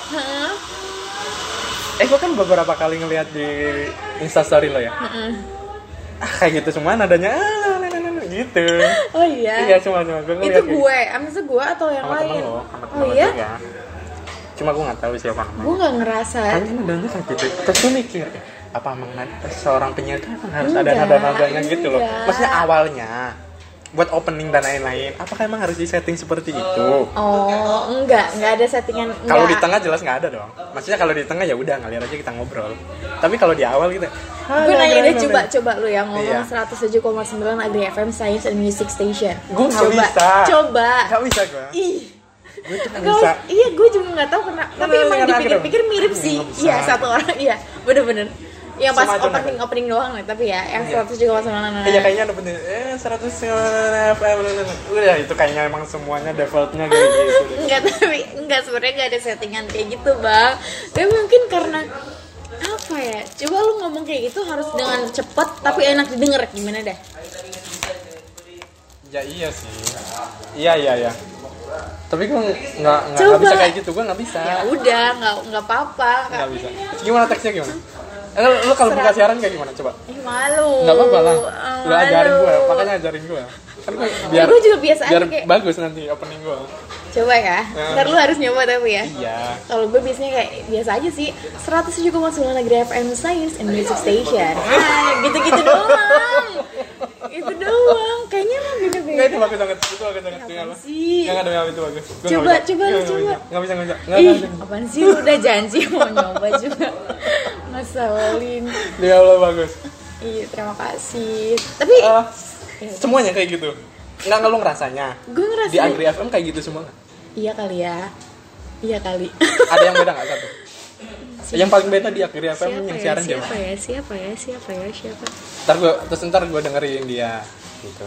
gue kan beberapa kali ngelihat di Instastory lo ya. Kayak gitu semua nadanya gitu. Oh iya. Iya, cuma gue ngeliat. Itu gue, maksudnya gue atau yang sama lain? Oh iya? Cuma gue gak tahu siapa namanya. Gue gak ngerasa. Kayaknya nadanya kayak gitu. Terus gue mikir, apa emang seorang penyiar itu harus ada nada-nadanya gitu loh. Maksudnya awalnya buat opening dan lain-lain, apakah emang harus disetting seperti itu? Oh, enggak ada settingan. Kalau di tengah jelas nggak ada dong. Maksudnya kalau di tengah ya udah ngalir aja, kita ngobrol. Tapi kalau di awal gitu, gue nanya deh, coba lu yang ngomong 107,9 Agri FM Science and Music Station. Gue nggak bisa. Coba. Nggak bisa gue. Gue tuh nggak bisa. Iya, gue juga nggak tahu kenapa. Tapi emang dipikir-pikir mirip sih. Iya, satu orang. Iya, bener-bener. Yang pas opening doang nih, tapi ya yang 107,9. Iya, kayaknya ada bener 109 FM. Udah itu kayaknya emang semuanya defaultnya kayak gitu. Enggak sebenarnya enggak ada settingan kayak gitu, Bang. Tapi mungkin karena apa ya? Coba lu ngomong kayak gitu harus dengan cepat tapi enak didengar, gimana dah? Ya iya sih. Iya. Tapi gue nggak bisa kayak gitu, gue nggak bisa. Ya udah, nggak apa-apa. Nggak bisa. Gimana teksnya gimana? Lu kalau buka siaran kayak gimana coba? Malu. Nggak apa-apa lah. Lu ajarin gue, makanya ajarin gue. Kan gue juga biasa biar aja kayak bagus nanti opening gue. Coba ya. Ntar lu harus nyoba tapi ya. Iya. Kalau gue biasanya kayak biasa aja sih. 107,9 Negeri FM Science and Music Station. Gitu-gitu doang. Itu doang. Kayaknya emang beda-beda. Enggak, itu bagus banget. Itu bagus banget. Apaan sih? Enggak ada itu bagus. Coba. Enggak bisa. Ih, apaan sih lu udah janji mau nyoba juga. Ngeselin. Ya Allah bagus. Iya, terima kasih. Tapi semuanya kayak gitu. Enggak ngeluh ngerasanya. Gue ngerasa di Agri FM kayak gitu semua. Iya kali. Ada yang beda nggak satu? Yang paling beda di Agri FM yang siaran jam. Siapa ya? Ntar gue dengerin dia gitu.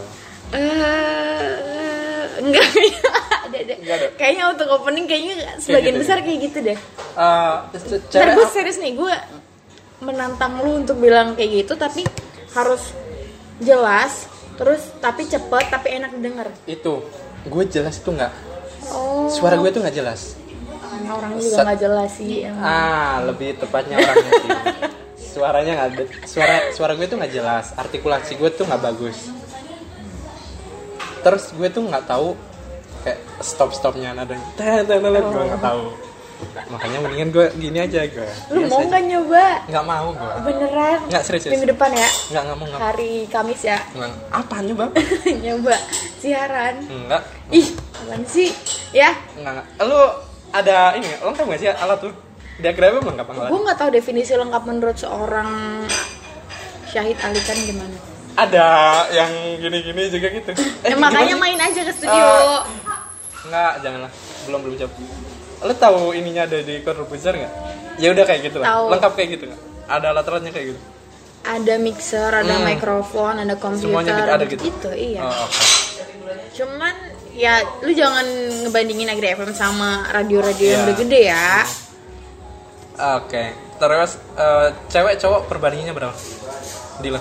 Enggak ada. Kayaknya untuk opening kayaknya sebagian besar kayak gitu deh. Ntar gue serius nih, gue menantang lu untuk bilang kayak gitu tapi harus jelas, terus tapi cepet tapi enak didengar. Itu gue jelas itu nggak. Suara gue tuh nggak jelas. Orangnya juga nggak jelas sih. Lebih tepatnya orangnya sih. Suaranya nggak ada. Suara gue tuh nggak jelas. Artikulasi gue tuh nggak bagus. Terus gue tuh nggak tahu kayak stopnya nadanya. Gue nggak tahu. Makanya mendingan gue gini aja gue. Lu mau nggak nyoba? Nggak mau gue. Beneran? Nggak serius. Minggu depan ya? Nggak mau. Hari Kamis ya? Apa nyoba? Nyoba siaran? Enggak. Ih, apaan sih? Ya? Enggak. Lu ada ini nggak? Lengkap nggak sih alat tuh? Diagram lengkap nggak? Gue nggak tahu definisi lengkap menurut seorang Syahid Alikan gimana? Ada yang gini-gini juga gitu. Makanya main aja ke studio. Enggak, janganlah. Belum coba. Lo tahu ininya ada di komputer nggak? Ya udah kayak gitu lah. Lengkap kayak gitu nggak? Ada alat-alatnya kayak gitu. Ada mixer, ada mikrofon, ada komputer. Semuanya ada gitu. Itu iya. Okay. Cuman ya lu jangan ngebandingin Agri FM sama radio-radio yang udah gede ya. Oke. Terus cewek cowok perbandingannya berapa? Dila.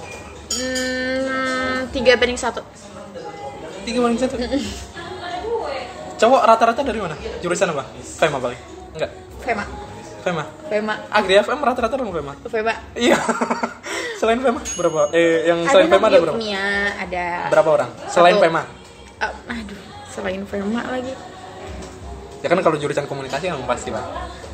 3:1. 3:1. Cowok rata-rata dari mana? Jurusan apa? Fema paling? Enggak. Fema. Agri FM rata-rata dong Fema. Iya. Selain Fema berapa? Yang selain Fema ada berapa? Ada. Berapa orang? Selain Fema? Selain Fema lagi. Ya kan kalau jurusan komunikasi kan pasti, Pak.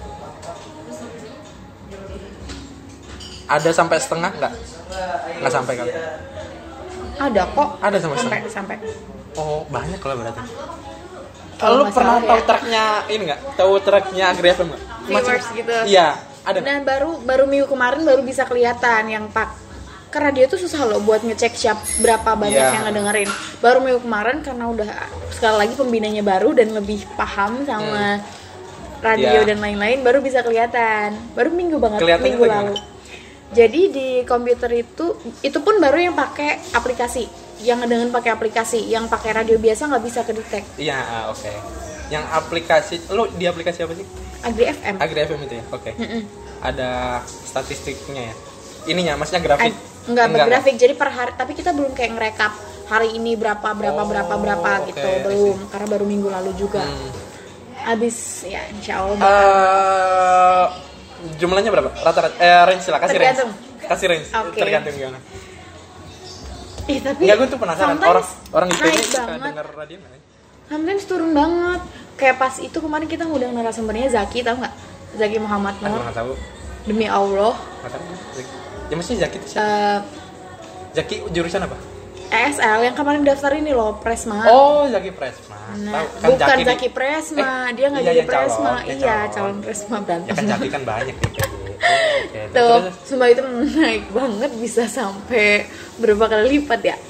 Ada sampai setengah enggak? Enggak sampai kali. Ada kok. Ada sampai. Oh, banyak lah berarti. Lu pernah tahu tracknya ini nggak? Tahu tracknya Agri FM nggak? Viewers gitu. Iya, ada. Dan baru minggu kemarin baru bisa kelihatan yang ke radio tuh susah loh buat ngecek berapa banyak yang ngedengerin. Baru minggu kemarin karena udah sekali lagi pembinanya baru dan lebih paham sama radio dan lain-lain baru bisa kelihatan. Baru minggu lalu. Gimana? Jadi di komputer itu pun baru yang pakai aplikasi. Yang ngedengerin pakai aplikasi, yang pakai radio biasa nggak bisa kedetek. Iya, oke. Yang aplikasi, lo di aplikasi apa sih? Agri FM. Agri FM itu ya, oke. Ada statistiknya ya. Ininya, maksudnya grafik? Enggak bergrafik, jadi per hari. Tapi kita belum kayak ngerekap hari ini berapa gitu, belum. Karena baru minggu lalu juga. Abis ya, insya Allah. Jumlahnya berapa? Rata-rata? Range lah, kasih range. Okay. Tergantung gimana. Tapi gue tuh penasaran orang IPB suka denger radio nggak? Sometimes turun banget. Kayak pas itu kemarin kita ngundang narasumbernya Zaki, tahu nggak? Zaki Muhammad Nur. Nggak tahu. Demi Allah. Nggak tahu. Ya mesti Zaki itu siapa? Zaki jurusan apa? ESL yang kemarin daftar ini loh, Presma. Oh, Zaki Presma. Nah, kan bukan Zaki Presma, dia nggak jadi Presma. Calon Presma berantem. Ya kan Zaki kan banyak gitu. Tuh, semua itu naik banget bisa sampai berapa kali lipat ya?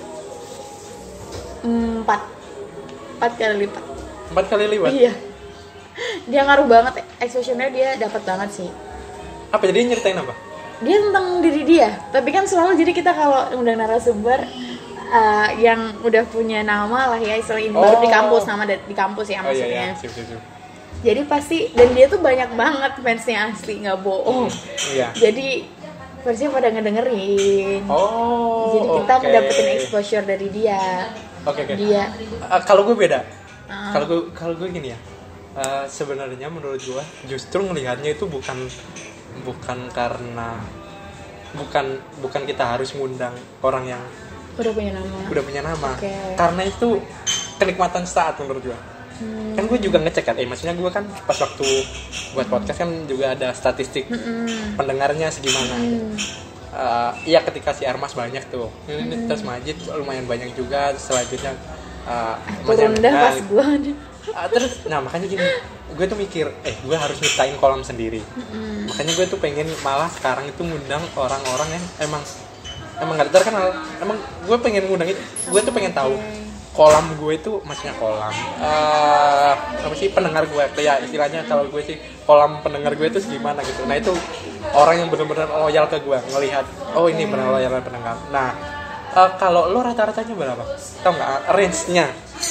4 kali lipat. 4 kali lipat? Iya. Dia ngaruh banget, exposure-nya dia dapat banget sih. Apa jadi nyeritain apa? Dia tentang diri dia. Tapi kan selalu jadi kita kalau undang narasumber yang udah punya nama lah ya, istilah ini baru di kampus, nama di kampus ya maksudnya. Iya. Jadi pasti, dan dia tuh banyak banget fansnya asli, nggak bohong. Iya. Jadi fansnya pada ngedengerin. Jadi kita dapetin exposure dari dia. Oke. Dia. Kalau gue beda. Kalau gue gini ya. Sebenarnya menurut gue justru ngelihatnya itu bukan karena bukan kita harus ngundang orang yang udah punya nama. Okay. Karena itu kenikmatan saat menurut gue. Kan gue juga ngecek kan, maksudnya gue kan pas waktu buat podcast kan juga ada statistik pendengarnya segimana. Iya ketika si Armas banyak tuh, terus Majid lumayan banyak juga, selanjutnya turun dah pas gue. Terus, nah makanya gini, gue tuh mikir, gue harus nyiptain kolam sendiri. Makanya gue tuh pengen malah sekarang itu ngundang orang-orang yang emang gak terkenal. Emang gue pengen ngundang itu, gue tuh pengen tahu kolam gue itu, maksudnya kolam apa sih pendengar gue, ya istilahnya kalau gue sih kolam pendengar gue itu gimana gitu. Nah itu orang yang benar-benar loyal ke gue, ngelihat oh ini benar loyal pendengar. Nah kalau lo rata-ratanya berapa? Tahu nggak range-nya?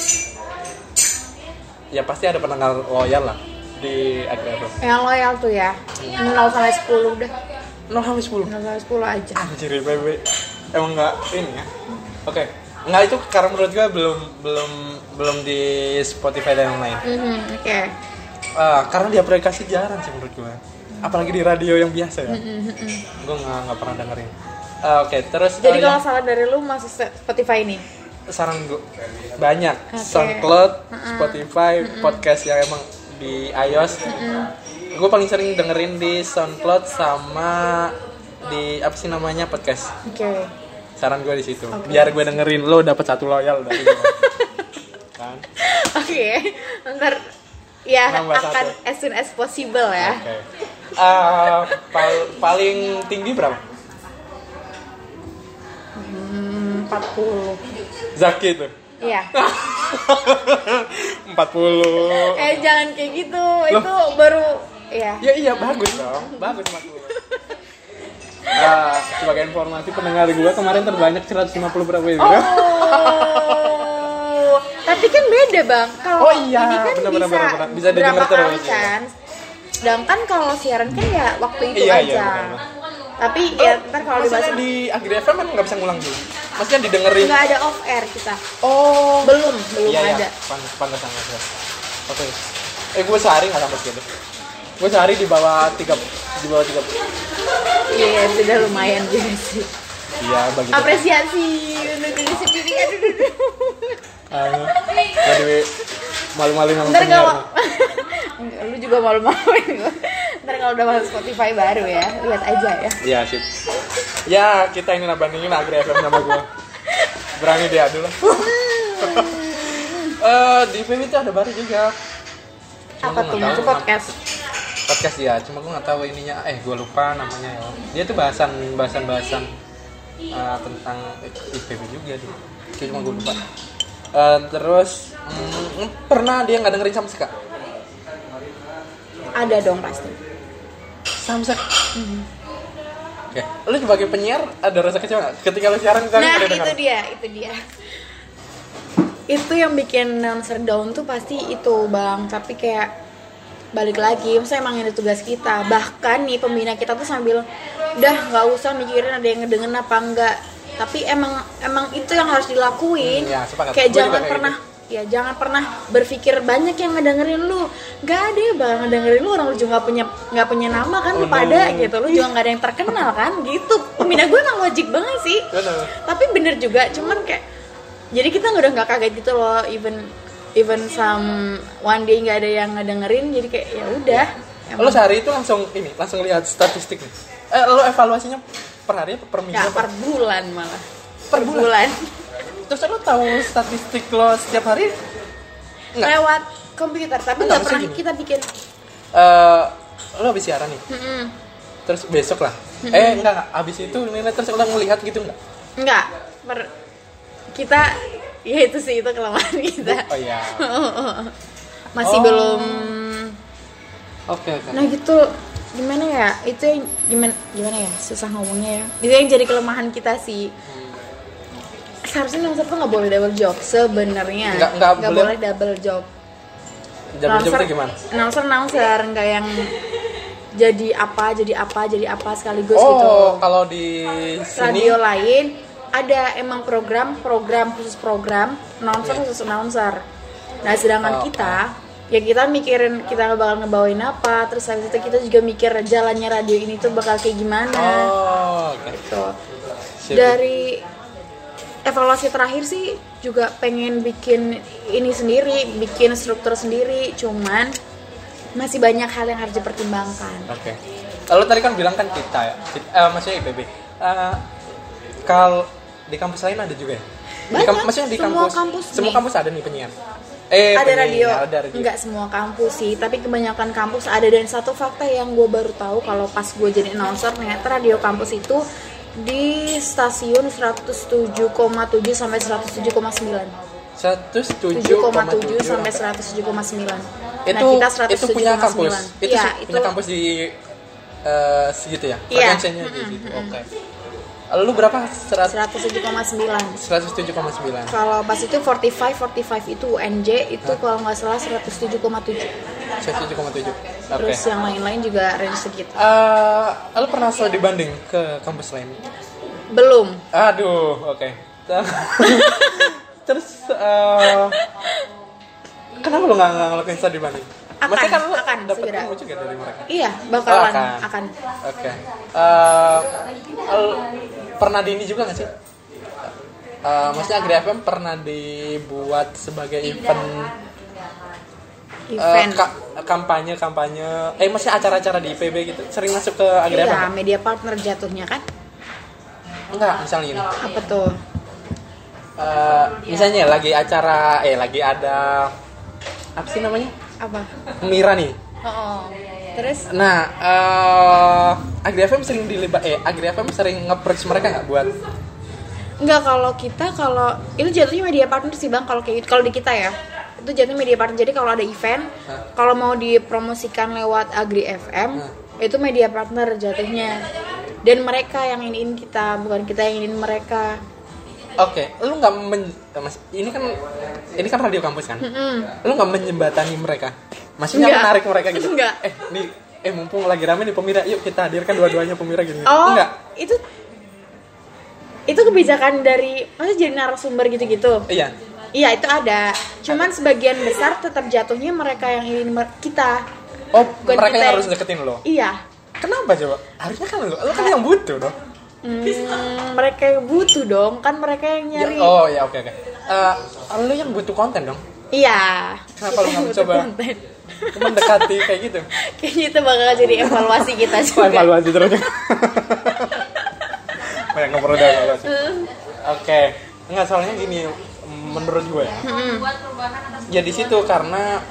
Ya pasti ada pendengar loyal lah di Agregat. Yang loyal tuh ya 0 sampai 10 udah. 0 sampai 10. 0 sampai 10 aja. Anjir, PB. Emang enggak ini ya. Oke. Enggak, itu karena menurut gue belum di Spotify dan yang lain. Oke. Karena di aplikasi jarang sih menurut gue. Apalagi di radio yang biasa ya. Gue enggak pernah dengerin. Oke, terus jadi kalau salah dari lu masuk Spotify ini? Saran gue banyak. SoundCloud, Spotify, podcast yang emang di iOS. Gue paling sering dengerin di SoundCloud sama di apa sih namanya podcast. Oke. Saran gue di situ. Biar gue dengerin, lo dapet 1 loyal dari gue. Kan? Oke. Ntar ya nambah akan 1. as soon as possible ya. Oke. Paling tinggi berapa? 40. Zaki itu. Iya. 40. Jangan kayak gitu. Loh. Itu baru ya. Iya bagus dong. Bagus 40. Sebagai informasi pendengar gue kemarin terbanyak 150 berapa ya? Oh. Tapi kan beda, Bang. Kalau ini kan bener. Bisa didengar terus kan. Sedangkan kalau siaran kan ya waktu itu aja. Iya. Tapi ya ntar kalau dibahas di Agri FM kan nggak bisa ngulang dulu. Maksudnya didengerin. Nggak ada off air kita. Oh. Belum ada. Pantesan aja. Oke. Gue sehari nggak sampai segitu. Gue sehari di bawah 30. Iya, sudah lumayan juga sih. Iya, bagi apresiasi untuk diri sendiri. Jadi malu-maluin sama penyiar. Lu juga malu-maluin gue. Ntar kalau udah masuk Spotify baru ya, lihat aja ya. Iya, sip. Ya, kita ini bandingin Agri FM sama gue. Berani diadu lah. Di PB itu ada baru juga. Apa tuh? Itu podcast ya, cuma gue nggak tahu ininya. Gue lupa namanya ya. Dia tuh bahasan tentang IPB juga dia. Cuma gue lupa. Terus pernah dia nggak dengerin Samsek? Ada dong pasti. Samsek. Oke. Lu sebagai penyiar ada rasa kecewa nggak ketika lu siaran kali ada dengar? Itu dia. Itu yang bikin announcer down tuh pasti itu, Bang. Tapi kayak balik lagi, maksudnya emang ini tugas kita. Bahkan nih pembina kita tuh sambil udah nggak usah mikirin ada yang ngedengerin apa enggak. Tapi emang itu yang harus dilakuin. Kayak jangan pernah berpikir banyak yang ngedengerin lu. Nggak ada ya Bang ngedengerin lu, orang lu juga nggak punya nama kan lu pada gitu. Lu juga nggak ada yang terkenal kan gitu. Pembina gue emang logik banget sih. Tapi bener juga, cuman kayak jadi kita udah nggak kaget gitu loh, even some one day nggak ada yang ngedengerin, jadi kayak ya udah. Lo sehari itu langsung lihat statistik nih. Lo evaluasinya per hari apa per minggu? Ya, per bulan malah. Per bulan. Terus lo tahu statistik lo setiap hari? Nggak? Lewat komputer, tapi nggak pernah gini. Kita bikin. Lo habis siaran nih. Terus besok lah. Enggak. Abis itu nilai terus lo ngelihat gitu nggak? Enggak. Kita ya itu sih, itu kelemahan kita. Oh iya. Masih belum. Oke. Nah gitu, gimana ya? Itu yang gimana ya? Susah ngomongnya ya. Itu yang jadi kelemahan kita sih. Seharusnya announcer tuh nggak boleh double job sebenarnya. Nggak boleh double job. Double job itu gimana? Announcer nggak yang jadi apa sekaligus gitu. Oh, kalau di sini radio lain ada emang program khusus program, announcer khusus announcer. Nah sedangkan kita mikirin kita bakal ngebawain apa, terus habis itu kita juga mikir jalannya radio ini tuh bakal kayak gimana. Gitu. Dari evaluasi terakhir sih juga pengen bikin ini sendiri, bikin struktur sendiri, cuman masih banyak hal yang harus dipertimbangkan. Oke. Lalu tadi kan bilang kan kita ya, maksudnya IPB. Kalau di kampus lain ada juga ya? Maksudnya di semua kampus ada nih penyiar. Ada radio. Enggak semua kampus sih, tapi kebanyakan kampus ada. Dan satu fakta yang gue baru tahu kalau pas gue jadi announcer, ternyata radio kampus itu di stasiun 107,7 sampai 107,9. 107,7 sampai 107,9. Itu punya kampus. Itu punya kampus di segitu ya. Frekuensinya di situ. Oke. Lu berapa? 107,9. Kalau pas itu 45 itu UNJ itu kalau nggak salah 107,7. 107,7. Terus yang lain-lain juga range segitu. Lu pernah selalu dibanding ke kampus lain? Belum. Aduh, oke. Terus kenapa lu nggak ngelakuin studi banding? Akan dapat segera. ilmu juga dari mereka. Iya, bakalan akan. Oke. Pernah di ini juga nggak sih? Maksudnya Agri FM pernah dibuat sebagai event kampanye maksudnya acara-acara di IPB gitu sering masuk ke Agri FM? Iya, media partner jatuhnya kan? Enggak, misalnya ini. Apa tuh? Misalnya lagi acara lagi ada apa sih namanya? Apa? Mira nih. Terus? Nah, Agri FM sering Agri FM sering nge-approach mereka nggak buat? Enggak, kalau itu jatuhnya media partner sih Bang, kalau di kita ya. Itu jatuhnya media partner. Jadi kalau ada event, kalau mau dipromosikan lewat Agri FM, itu media partner jatuhnya. Dan mereka yang ingin kita, bukan kita yang ingin mereka. Oke, lu nggak ini kan radio kampus kan? Lu nggak menjembatani mereka? Maksudnya menarik mereka gitu? Enggak. Mumpung lagi rame nih Pemira, yuk kita hadirkan dua-duanya Pemira gini. Enggak. Itu kebijakan dari, maksudnya jadi narasumber gitu-gitu. Iya, itu ada. Cuman sebagian besar tetap jatuhnya mereka yang ingin kita. Mereka yang harus deketin lo? Iya. Kenapa coba? Harusnya kan lo kan yang butuh dong. Mereka yang butuh dong, kan mereka yang nyari. Oke. Lo yang butuh konten dong? Iya. Kenapa lo nggak mencoba mendekati kayak gitu? Kayaknya itu bakal jadi evaluasi kita juga. Evaluasi terus. Banyak ngobrol dah evaluasi. Oke. Enggak, soalnya gini, menurut gue ya di situ karena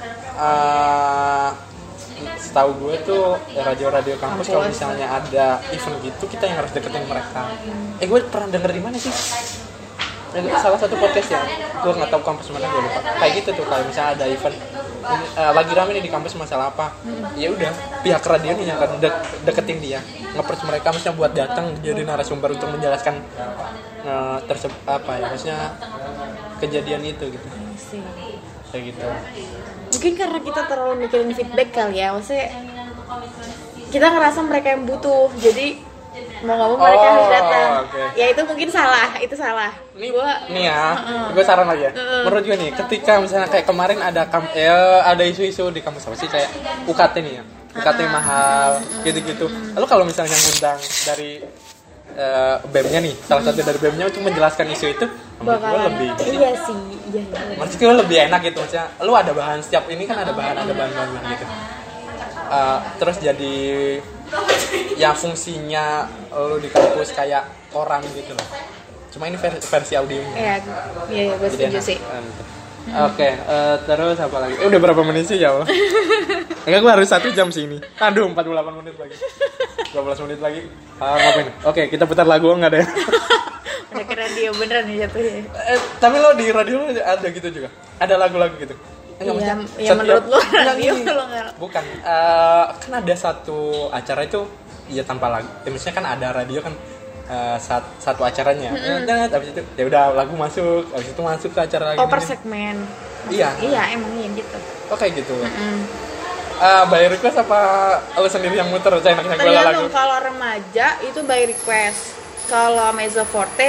setahu gue tuh radio-radio kampus kalau misalnya ada event gitu kita yang harus deketin mereka. Gue pernah denger di mana sih? Salah satu podcast ya, gue nggak tahu kampus mana, gue lupa. Kayak gitu tuh, kalau misalnya ada event lagi rame nih di kampus masalah apa, ya udah pihak radio nih yang akan deketin dia, nge-approach mereka maksudnya buat datang jadi narasumber untuk menjelaskan maksudnya kejadian itu gitu. Kayak gitu. Mungkin karena kita terlalu mikirin feedback kali ya, maksudnya kita ngerasa mereka yang butuh, jadi mau nggak mau mereka harus datang. Ya itu mungkin salah, itu salah. Gue saran lagi ya. Menurut gue nih, ketika misalnya kayak kemarin ada isu-isu di kampus apa sih kayak UKT nih ya, UKT mahal gitu-gitu. Lalu kalau misalnya ngundang dari BEM-nya nih, salah satu dari BEM-nya untuk menjelaskan isu itu, menurut gue lebih. Iya sih. Maksud gue lebih enak gitu, maksudnya lu ada bahan, setiap ini kan ada bahan gitu. Terus jadi ya fungsinya lu di kampus kayak orang gitu loh. Cuma ini versi audionya. Iya, gue setuju sih. Oke, terus apa lagi? Udah berapa menit sih ya Allah? Enggak, gue harus 1 jam sih ini. Aduh, 48 menit lagi. 12 menit lagi. Ngapain? Oke, kita putar lagu enggak deh? Udah ke radio beneran nih jatuhnya. Tapi lo di radio ada gitu juga? Ada lagu-lagu gitu? Iya, menurut lo radio lo nggak? Bukan, kan ada satu acara itu ya tanpa lagu. Misalnya kan ada radio kan satu acaranya. Habis itu ya udah lagu masuk, habis itu masuk ke acara lagi. Per segmen. Iya, emang iya gitu. Kayak gitu. By request apa lo sendiri yang muter? Saya enaknya gue lagu. Kalau remaja itu by request. Kalau Mezzo Forte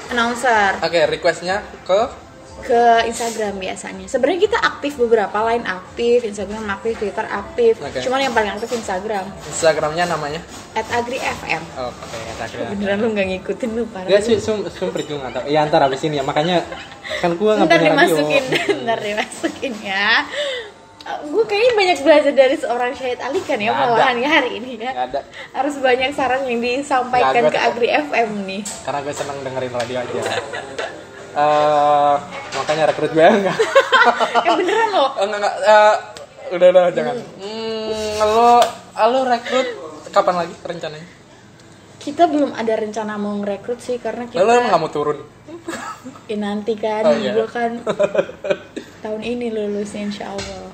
announcer. Oke, requestnya ke Instagram biasanya. Sebenarnya kita aktif beberapa, Line aktif, Instagram aktif, Twitter aktif. Cuman yang paling aktif Instagram. Instagramnya namanya @agrifm. Oke, @agrifm. Beneran lu nggak ngikutin lu parah. Gak sih, sumpah gue nggak tahu. Ya antar abis ini ya, makanya kan gue nggak punya radio. Ntar dimasukin ya. Gue kayaknya banyak belajar dari seorang Syahid Ali kan ya malahan ya hari ini ya. Gak ada. Harus banyak saran yang disampaikan ke Agri FM nih. Karena gue seneng dengerin radio aja. Makanya rekrut gue enggak. Beneran loh. Enggak. Udah jangan. Lo rekrut kapan lagi rencananya? Kita belum ada rencana mau ngerekrut sih karena kita. Lo emang nggak mau turun? Ya nanti kan, gue kan tahun ini lulusnya insya Allah.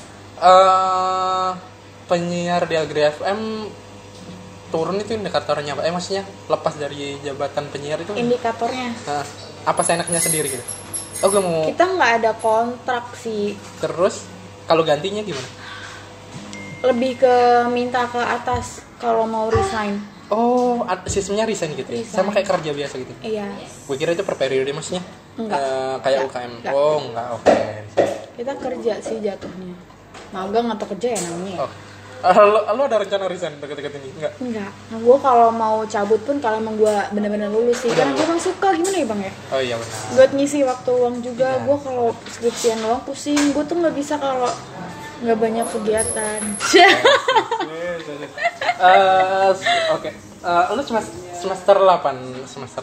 Penyiar di Agri FM turun itu indikatornya apa? Maksudnya lepas dari jabatan penyiar itu? Indikatornya. Apa seenaknya sendiri gitu? Gue mau. Kita nggak ada kontrak sih. Terus kalau gantinya gimana? Lebih ke minta ke atas kalau mau resign. Oh, sistemnya resign gitu ya? Sama kayak kerja biasa gitu? Iya. Gue kira itu per periode maksudnya? Enggak. Kayak UKM? Enggak. Oh, enggak, oke. Kita kerja sih jatuhnya. Magang atau kerja ya namanya. Lo ada rencana resign deket-deket ini? Enggak. Nah, gue kalau mau cabut pun kalau emang gue bener-bener lulus sih. Karena gue emang suka, gimana ya Bang ya? Oh iya benar. Buat ngisi waktu luang juga. Iya. Gue kalau skripsian doang pusing. Gue tuh gak bisa kalau gak banyak kegiatan. Oke. Lo semester 8. Semester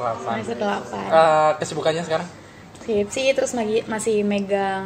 8. Kesibukannya sekarang? Skripsi, terus masih megang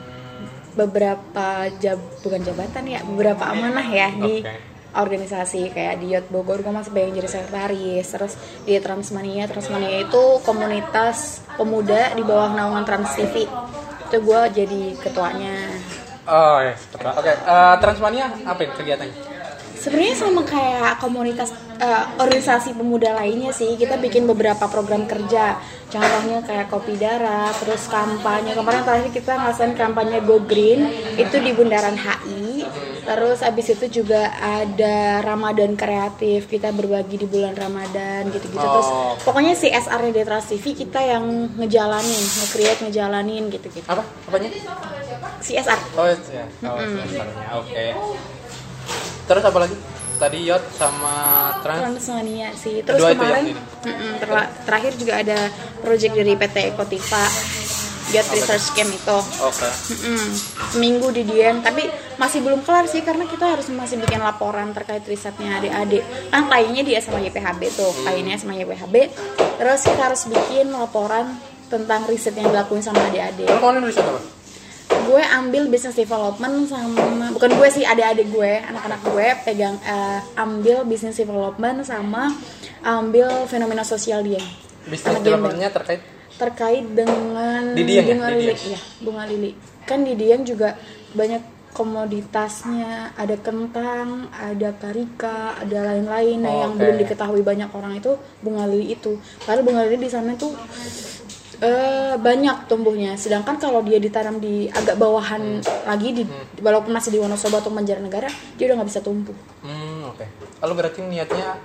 beberapa bukan jabatan ya, beberapa amanah ya di organisasi kayak di Yacht Bogor gue masih pengen jadi sekretaris, terus di Transmania itu komunitas pemuda di bawah naungan Trans TV itu gue jadi ketuanya. Oh ya, ketua. Oke. Transmania apa kegiatannya? Sebenarnya sama kayak komunitas organisasi pemuda lainnya sih. Kita bikin beberapa program kerja. Contohnya kayak Kopi Darah, terus kampanye. Kemarin terakhir kita ngelaksanain kampanye Go Green itu di Bundaran HI. Terus abis itu juga ada Ramadan kreatif. Kita berbagi di bulan Ramadan gitu-gitu. Terus pokoknya CSR-nya di Trans TV kita yang ngejalanin gitu-gitu. Apanya? CSR. Oh iya. CSR-nya. Oke. Terus apa lagi? Tadi Yacht sama Transmania sih. Terus kemarin terakhir juga ada project dari PT Ekotiva Yacht Research Camp itu. Oke. Seminggu di Dieng, tapi masih belum kelar sih karena kita harus masih bikin laporan terkait risetnya adik-adik. Kan kliennya di SMA YPHB tuh, kliennya SMA YPHB. Terus kita harus bikin laporan tentang riset yang dilakuin sama adik-adik. Kalau kalian riset apa? Gue ambil business development sama, bukan gue sih, adik-adik gue, anak-anak gue pegang ambil business development sama ambil fenomena sosial Dieng. Business developmentnya terkait dengan bunga lili. Iya, bunga lili. Kan di Dieng juga banyak komoditasnya, ada kentang, ada karika, ada lain-lain. Yang belum diketahui banyak orang itu bunga lili itu. Padahal bunga lili di sana tuh banyak tumbuhnya, sedangkan kalau dia ditanam di agak bawahan lagi walaupun masih di Wonosobo atau Banjarnegara dia udah nggak bisa tumbuh. Oke. Lalu berarti niatnya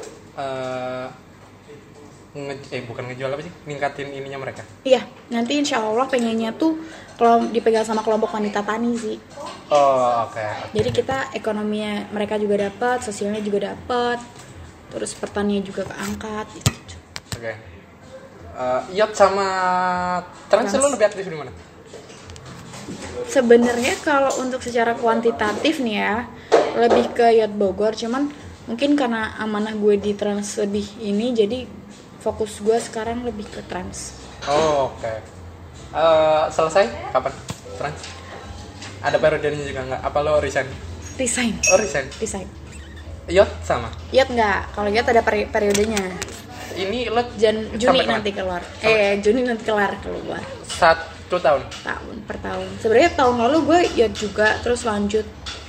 bukan ngejual apa sih, ningkatin ininya mereka? Iya, nanti insya Allah pengennya tuh kalau dipegang sama kelompok wanita tani sih. Oke. Jadi kita ekonominya mereka juga dapat, sosialnya juga dapat, terus pertanian juga keangkat gitu. Oke. Yacht sama Trans lo lebih aktif di mana? Sebenarnya kalau untuk secara kuantitatif nih ya, lebih ke Yacht Bogor, cuman mungkin karena amanah gue di Trans lebih ini, jadi fokus gue sekarang lebih ke Trans. Oke. Selesai kapan Trans? Ada periodenya juga nggak? Apa lo resign? Resign. Resign. Yacht sama? Yacht nggak. Kalau Yacht ada periodenya. Ini lo Juni nanti keluar. Juni nanti keluar. 1 tahun. Per tahun. Sebenarnya tahun lalu gue Yacht juga, terus lanjut.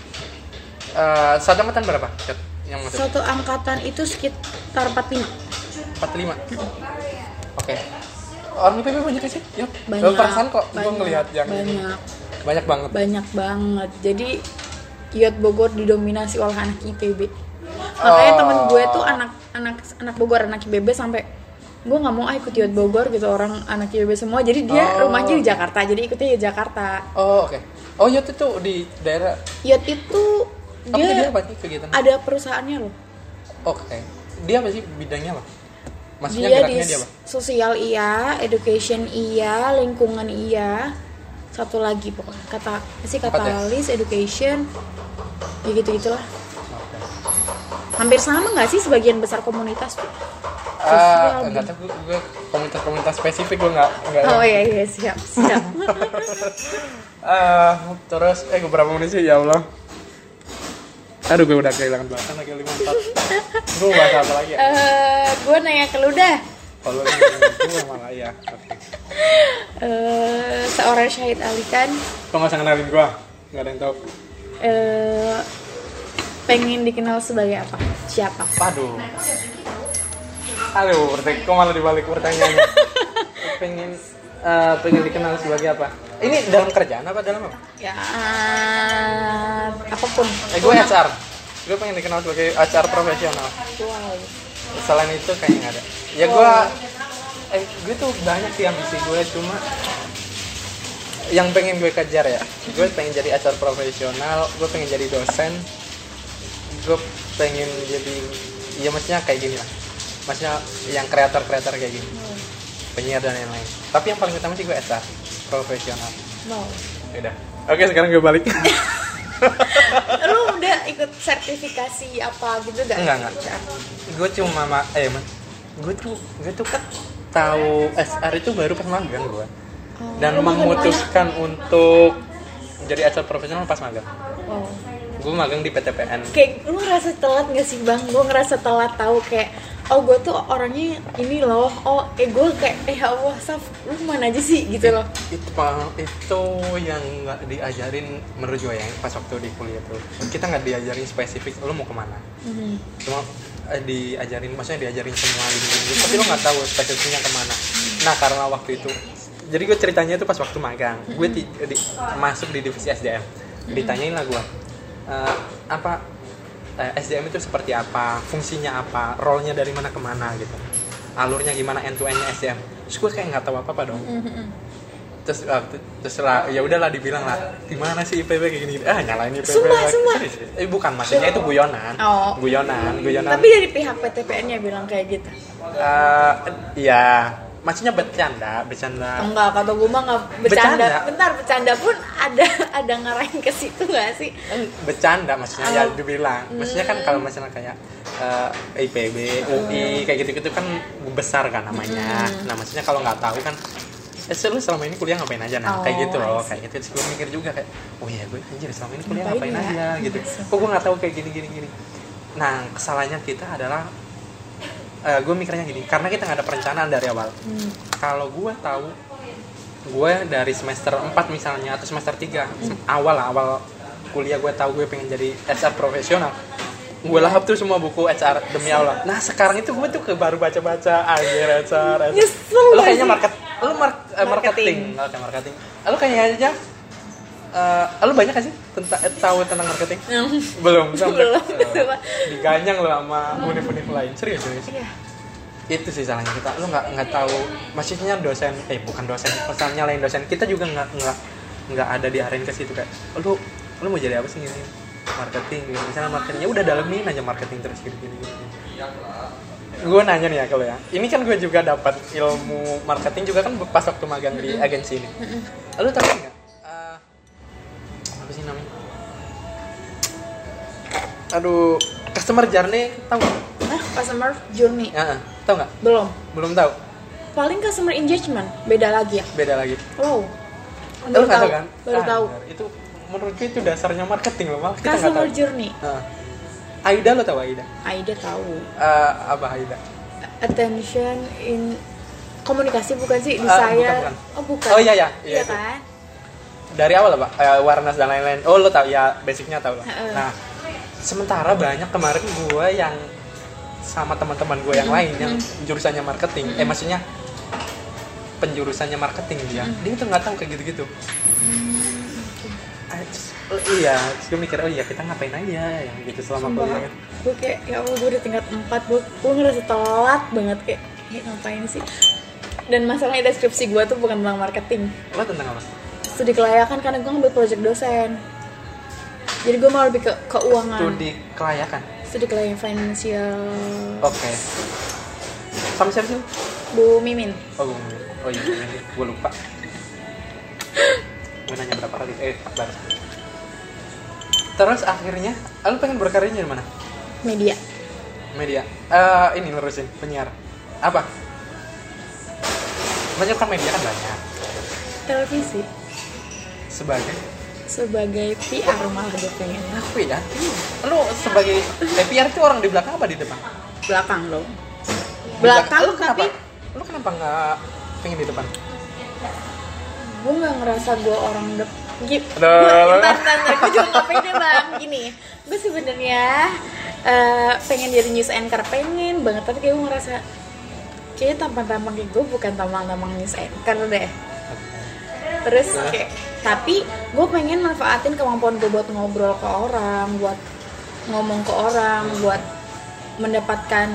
Satu angkatan berapa? Yang masuk? Satu angkatan itu sekitar 45. Oke. Orang IPB banyak sih? Ya. Banyak. Perasaan kok gue ngelihat yang banyak banget. Banyak banget. Jadi Yacht Bogor didominasi oleh anak IPB. Makanya temen gue tuh anak Bogor, anak IPB sampai gue nggak mau ikut YOT Bogor gitu, orang anak IPB semua, jadi dia rumahnya di Jakarta, jadi ikutnya di Jakarta. Oke. Oh, YOT itu di daerah. YOT itu dia apa sih kegiatan? Ada perusahaannya loh. Oke. Dia apa sih bidangnya apa? Maksudnya dia geraknya di dia apa? Sosial iya, education iya, lingkungan iya. Satu lagi pokoknya katalis, education, ya gitu-gitulah. Okay. Hampir sama nggak sih sebagian besar komunitas tuh? Nggak tahu gue komunitas spesifik gue nggak. Oh iya siap. Terus berapa menit sih ya Allah? Aduh, gue udah kehilangan bahasan lagi 54. Gue bahas apa lagi ya? Gue nanya ke lu dah. Kalau gue malah ya. Okay. Seorang Syahid Ali kan. Kok nggak usah kenalin gue? Nggak ada yang tahu. Pengen dikenal sebagai apa? Siapa? Aduh, kok malah dibalik pertanyaannya. pengen dikenal sebagai apa? Ini dalam kerjaan apa dalam apa? Ya, apapun. Gue HR. Gue pengen dikenal sebagai HR profesional. Wow. Selain itu kayaknya nggak ada. Ya gue tuh banyak sih ambisi gue, cuma yang pengen gue kejar ya. Gue pengen jadi HR profesional. Gue pengen jadi dosen. Gue pengen jadi, ya maksudnya kayak gini lah. Maksudnya yang kreator kayak gini. Penyiar dan lain-lain. Tapi yang paling utama sih gue HR profesional. Wow. Udah. Oke, sekarang gue balik. Lu udah ikut sertifikasi apa gitu gak? Enggak. Gue cuma gue tuh kan tahu SR itu baru pas magang gue. Dan memutuskan untuk jadi HR profesional pas magang. Wow. Gue magang di PTPN. Kayak lu ngerasa telat gak sih bang? Gue ngerasa telat tahu kayak gue tuh orangnya ini loh. Gue kayak ya Allah Saf, lu mana aja sih gitu loh. Itu yang nggak diajarin menurut gue ya pas waktu di kuliah tuh. Kita nggak diajarin spesifik lu mau kemana. Cuma diajarin semua gitu. Tapi lu nggak tahu spesifiknya kemana. Nah karena waktu itu, jadi gue ceritanya itu pas waktu magang. Gue masuk di divisi SDM. Ditanyain lah gue SDM itu seperti apa, fungsinya apa, role-nya dari mana ke mana gitu, alurnya gimana, end to end-nya SDM. Terus gue kayak nggak tahu apa dong. Terus lah ya udahlah dibilang lah gimana sih IPB kayak gini, nyalain IPB. Sumpah. Bukan, maksudnya itu guyonan. Tapi dari pihak PTPN-nya bilang kayak gitu. Iya. Maksudnya bercanda. Enggak, kata gue mah nggak bercanda. Bentar, bercanda pun ada ngarahin ke situ nggak sih? Bercanda, maksudnya ya dibilang. Maksudnya kan kalau misalnya kayak IPB, UI kayak gitu-gitu kan besar kan namanya. Nah maksudnya kalau nggak tahu kan, lu selama ini kuliah ngapain aja kayak gitu loh, kayak gitu. Terus gue mikir juga kayak, oh iya gue anjir selama ini kuliah ngapain aja gitu. Kok gue nggak tahu kayak gini. Nah kesalahannya kita adalah gue mikirnya gini, karena kita nggak ada perencanaan dari awal. Kalau gue tahu, gue dari semester 4 misalnya atau semester 3 awal kuliah gue tahu gue pengen jadi HR profesional, gue lahap tuh semua buku HR demi Allah. Nah sekarang itu gue tuh baru baca-baca HR. Lo kayaknya marketing. Lo kayaknya aja. Lo banyak gak sih tahu tentang marketing? Belum. Diganyang lo sama univ-univ lain. Serius. Iya. Itu sih salahnya kita. Lo nggak tahu. Maksudnya dosen, bukan dosen. Misalnya lain dosen. Kita juga nggak ada diarahin ke situ kayak. Lo mau jadi apa sih gini? Marketing. Gitu. Misalnya marketingnya udah dalemin aja marketing terus gini. Gue nanya nih ya kalau ya. Ini kan gue juga dapat ilmu marketing juga kan pas waktu magang di agensi ini. Lo tahu nggak? Apa sih namanya? Customer journey tahu nggak? Customer journey. Tahu nggak? Belum tahu. Paling customer engagement beda lagi ya? Beda lagi. Wow. Baru tahu kan? Baru tahu. Itu menurutku itu dasarnya marketing loh, malah kita nggak tahu. Customer journey. Aida lo tahu Aida? Aida tahu. Apa Aida? Attention in komunikasi bukan sih desire. Bukan. Oh bukan. Oh iya kan? Dari awal apa? Awareness dan lain-lain. Oh lo tahu ya, basicnya tahu lah. Nah, sementara banyak kemarin gue yang sama teman-teman gue yang lain yang jurusannya marketing, maksudnya penjurusannya marketing dia tuh nggak tahu kayak gitu-gitu. Terus gue mikir kita ngapain aja yang gitu selama kuliah. Gue kayak ya Allah, gue udah tingkat 4, gue ngerasa telat banget kayak ngapain sih? Dan masalahnya deskripsi gue tuh bukan tentang marketing. Lo tentang apa? Studi kelayakan karena gue ngambil project dosen. Jadi gue mau lebih ke keuangan. Studi kelayakan financial. Oke. Sama siapa sih? Bu Mimin. Oh, Bu Mimin. Oh iya, gue lupa. Gue nanya berapa kali? 14. Terus akhirnya, lu pengen berkaryanya di mana? Media. Ini lurusin penyiar. Apa? Banyak kan media kan banyak. Televisi. Sebagai PR malah gue pengen. Aku ya. Lu sebagai PR itu orang di belakang apa di depan? Belakang dong. Belakang lu tapi lu kenapa nggak pengen di depan? Gue nggak ngerasa gue orang gue juga nggak pede bang. Gini, gue sebenarnya pengen jadi news anchor, pengen banget, tapi kayak gue ngerasa kayaknya tampang-tampang kayak gue bukan tampang-tampang news anchor deh. Terus kayak, tapi gue pengen manfaatin kemampuan gue buat ngobrol ke orang, buat ngomong ke orang, buat mendapatkan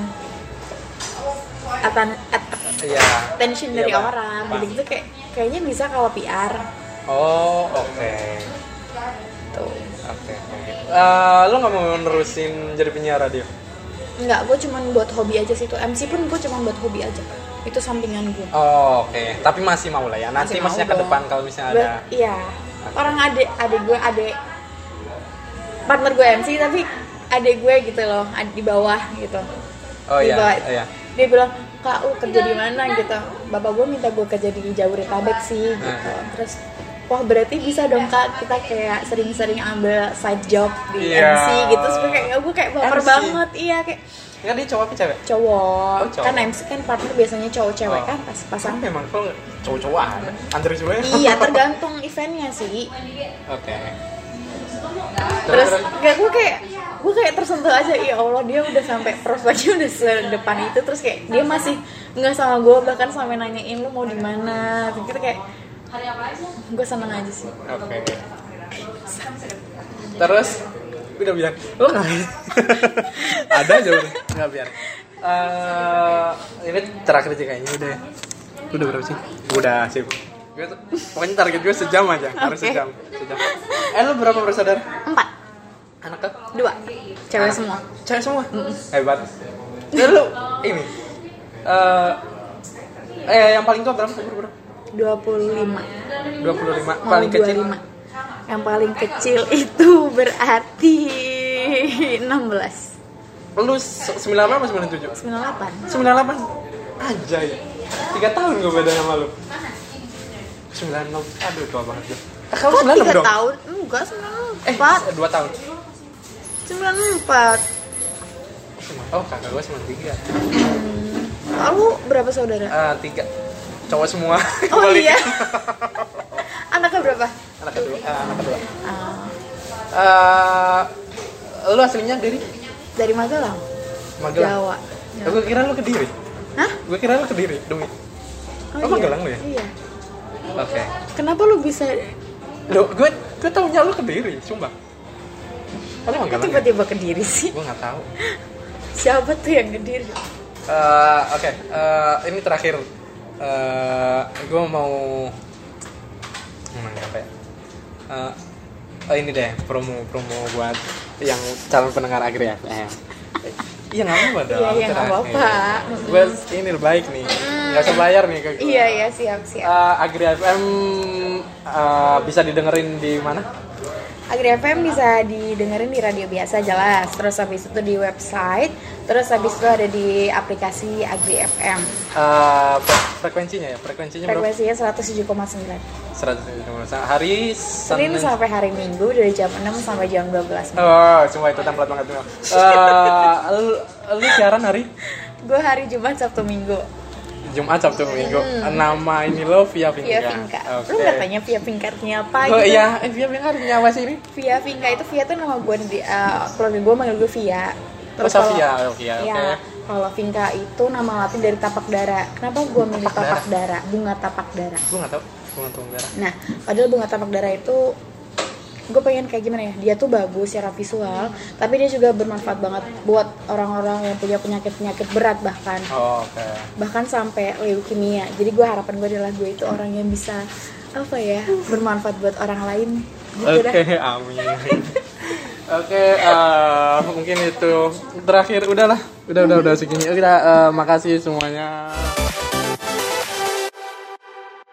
attention dari orang. Gitu kayaknya bisa kalau PR. Oh, oke. Tuh. Oke. Lo nggak mau nerusin jadi penyiar radio? Enggak, gue cuma buat hobi aja sih. Itu MC pun gue cuma buat hobi aja. Itu sampingan gue. Oh, oke. Tapi masih mau lah ya. Nanti maksudnya ke depan kalau misalnya ada. Iya. Orang adik gue partner gue MC, tapi adik gue gitu loh, di bawah gitu. Oh iya. Dia bilang, "Kak, lu kerja di mana?" gitu. Bapak gue minta gue kerja di Jabodetabek sih gitu. Terus wah berarti bisa dong Kak, kita kayak sering-sering ambil side job di MC gitu. Terus gue kayak baper banget. Iya kayak. Enggak, dia cowok apa cewek? Cowok. Kan MC kan partner biasanya cowok-cewek kan pas-pasan. Memang kalau cowok-cowokan antara cewek. Iya, tergantung eventnya sih. Oke. Terus gue kayak tersentuh aja, ya Allah, dia udah sampai prospeknya udah sedepan itu, terus kayak dia masih nggak sama gue, bahkan sampai nanyain lu mau di mana, gitu kayak gue seneng aja sih. Oke. Terus udah biar lo ngapain? Ada aja nggak biar. Ini terakhir sih kayaknya udah berapa sih? Udah sih. Gue pokoknya target gue sejam aja, harus sejam. Lo berapa bersaudara? 4. Anak ke? 2. Cewek semua. Hebat. Lu ini yang paling tua berapa? 25. Paling kecil? Yang paling kecil itu berarti 16. Lu 98 apa 97? 98. Anjay. 3 tahun gue beda sama lu. 96. Aduh, tua banget gue. Kalau 96 dong? 3 tahun? Enggak, 94. 2 tahun. 94. Oh, kakak gue 93. Lu berapa saudara? 3. Cowok semua. Oh iya. Anaknya berapa? Anak kedua. Lu aslinya dari Magelang. Jawa. Gue kira lu Kediri. Hah? Gue kira lu Kediri, Demi. Oh, Magelang lu ya? Iya. Oke. Kenapa lu bisa? Gue taunya lu Kediri, sumpah. Kalau Magelang. Tiba-tiba Kediri sih. Gue nggak tahu. Siapa tuh yang Kediri? Oke. Ini terakhir. Gue mau apa ya? Ini deh promo buat yang calon pendengar Agri FM. Iya nggak apa-apa dong. Iya nggak apa-apa. Gue ini baik nih, nggak usah bayar nih ke gue. Iya siap. Agri FM bisa didengerin di mana? Agri FM bisa didengerin di radio biasa jelas. Terus habis itu di website. Terus habis itu ada di aplikasi Agri FM. Frekuensinya berapa? Frekuensinya 107,9. 107,9. Hari Senin sampai hari Minggu dari jam 6 sampai jam 12. Oh, semua itu template banget tuh. Lu siaran hari? Gue hari Jumat, Sabtu, Minggu. Jumat, Sabtu, Minggu. Nama ini lo Via Vinka. Via Vinka. Okay. Lu nggak tanya Via Vinka-nya apa gitu? Oh iya, Via Vinka artinya apa sih ini? Via Vinka itu, Via tuh nama gue di keluarga gue manggil gue Via. Terus Via, oke. Kalau Vinka itu nama latin dari tapak dara. Kenapa gue milih tapak dara? Bunga tapak dara. Gue nggak tahu bunga tapak dara. Nah, padahal bunga tapak dara itu gue pengen kayak gimana ya, dia tuh bagus secara visual tapi dia juga bermanfaat banget buat orang-orang yang punya penyakit berat bahkan sampai leukemia. Jadi gue harapan gue adalah gue itu orang yang bisa apa ya, bermanfaat buat orang lain gitu. Amin. Mungkin itu terakhir, udah segini. Makasih semuanya.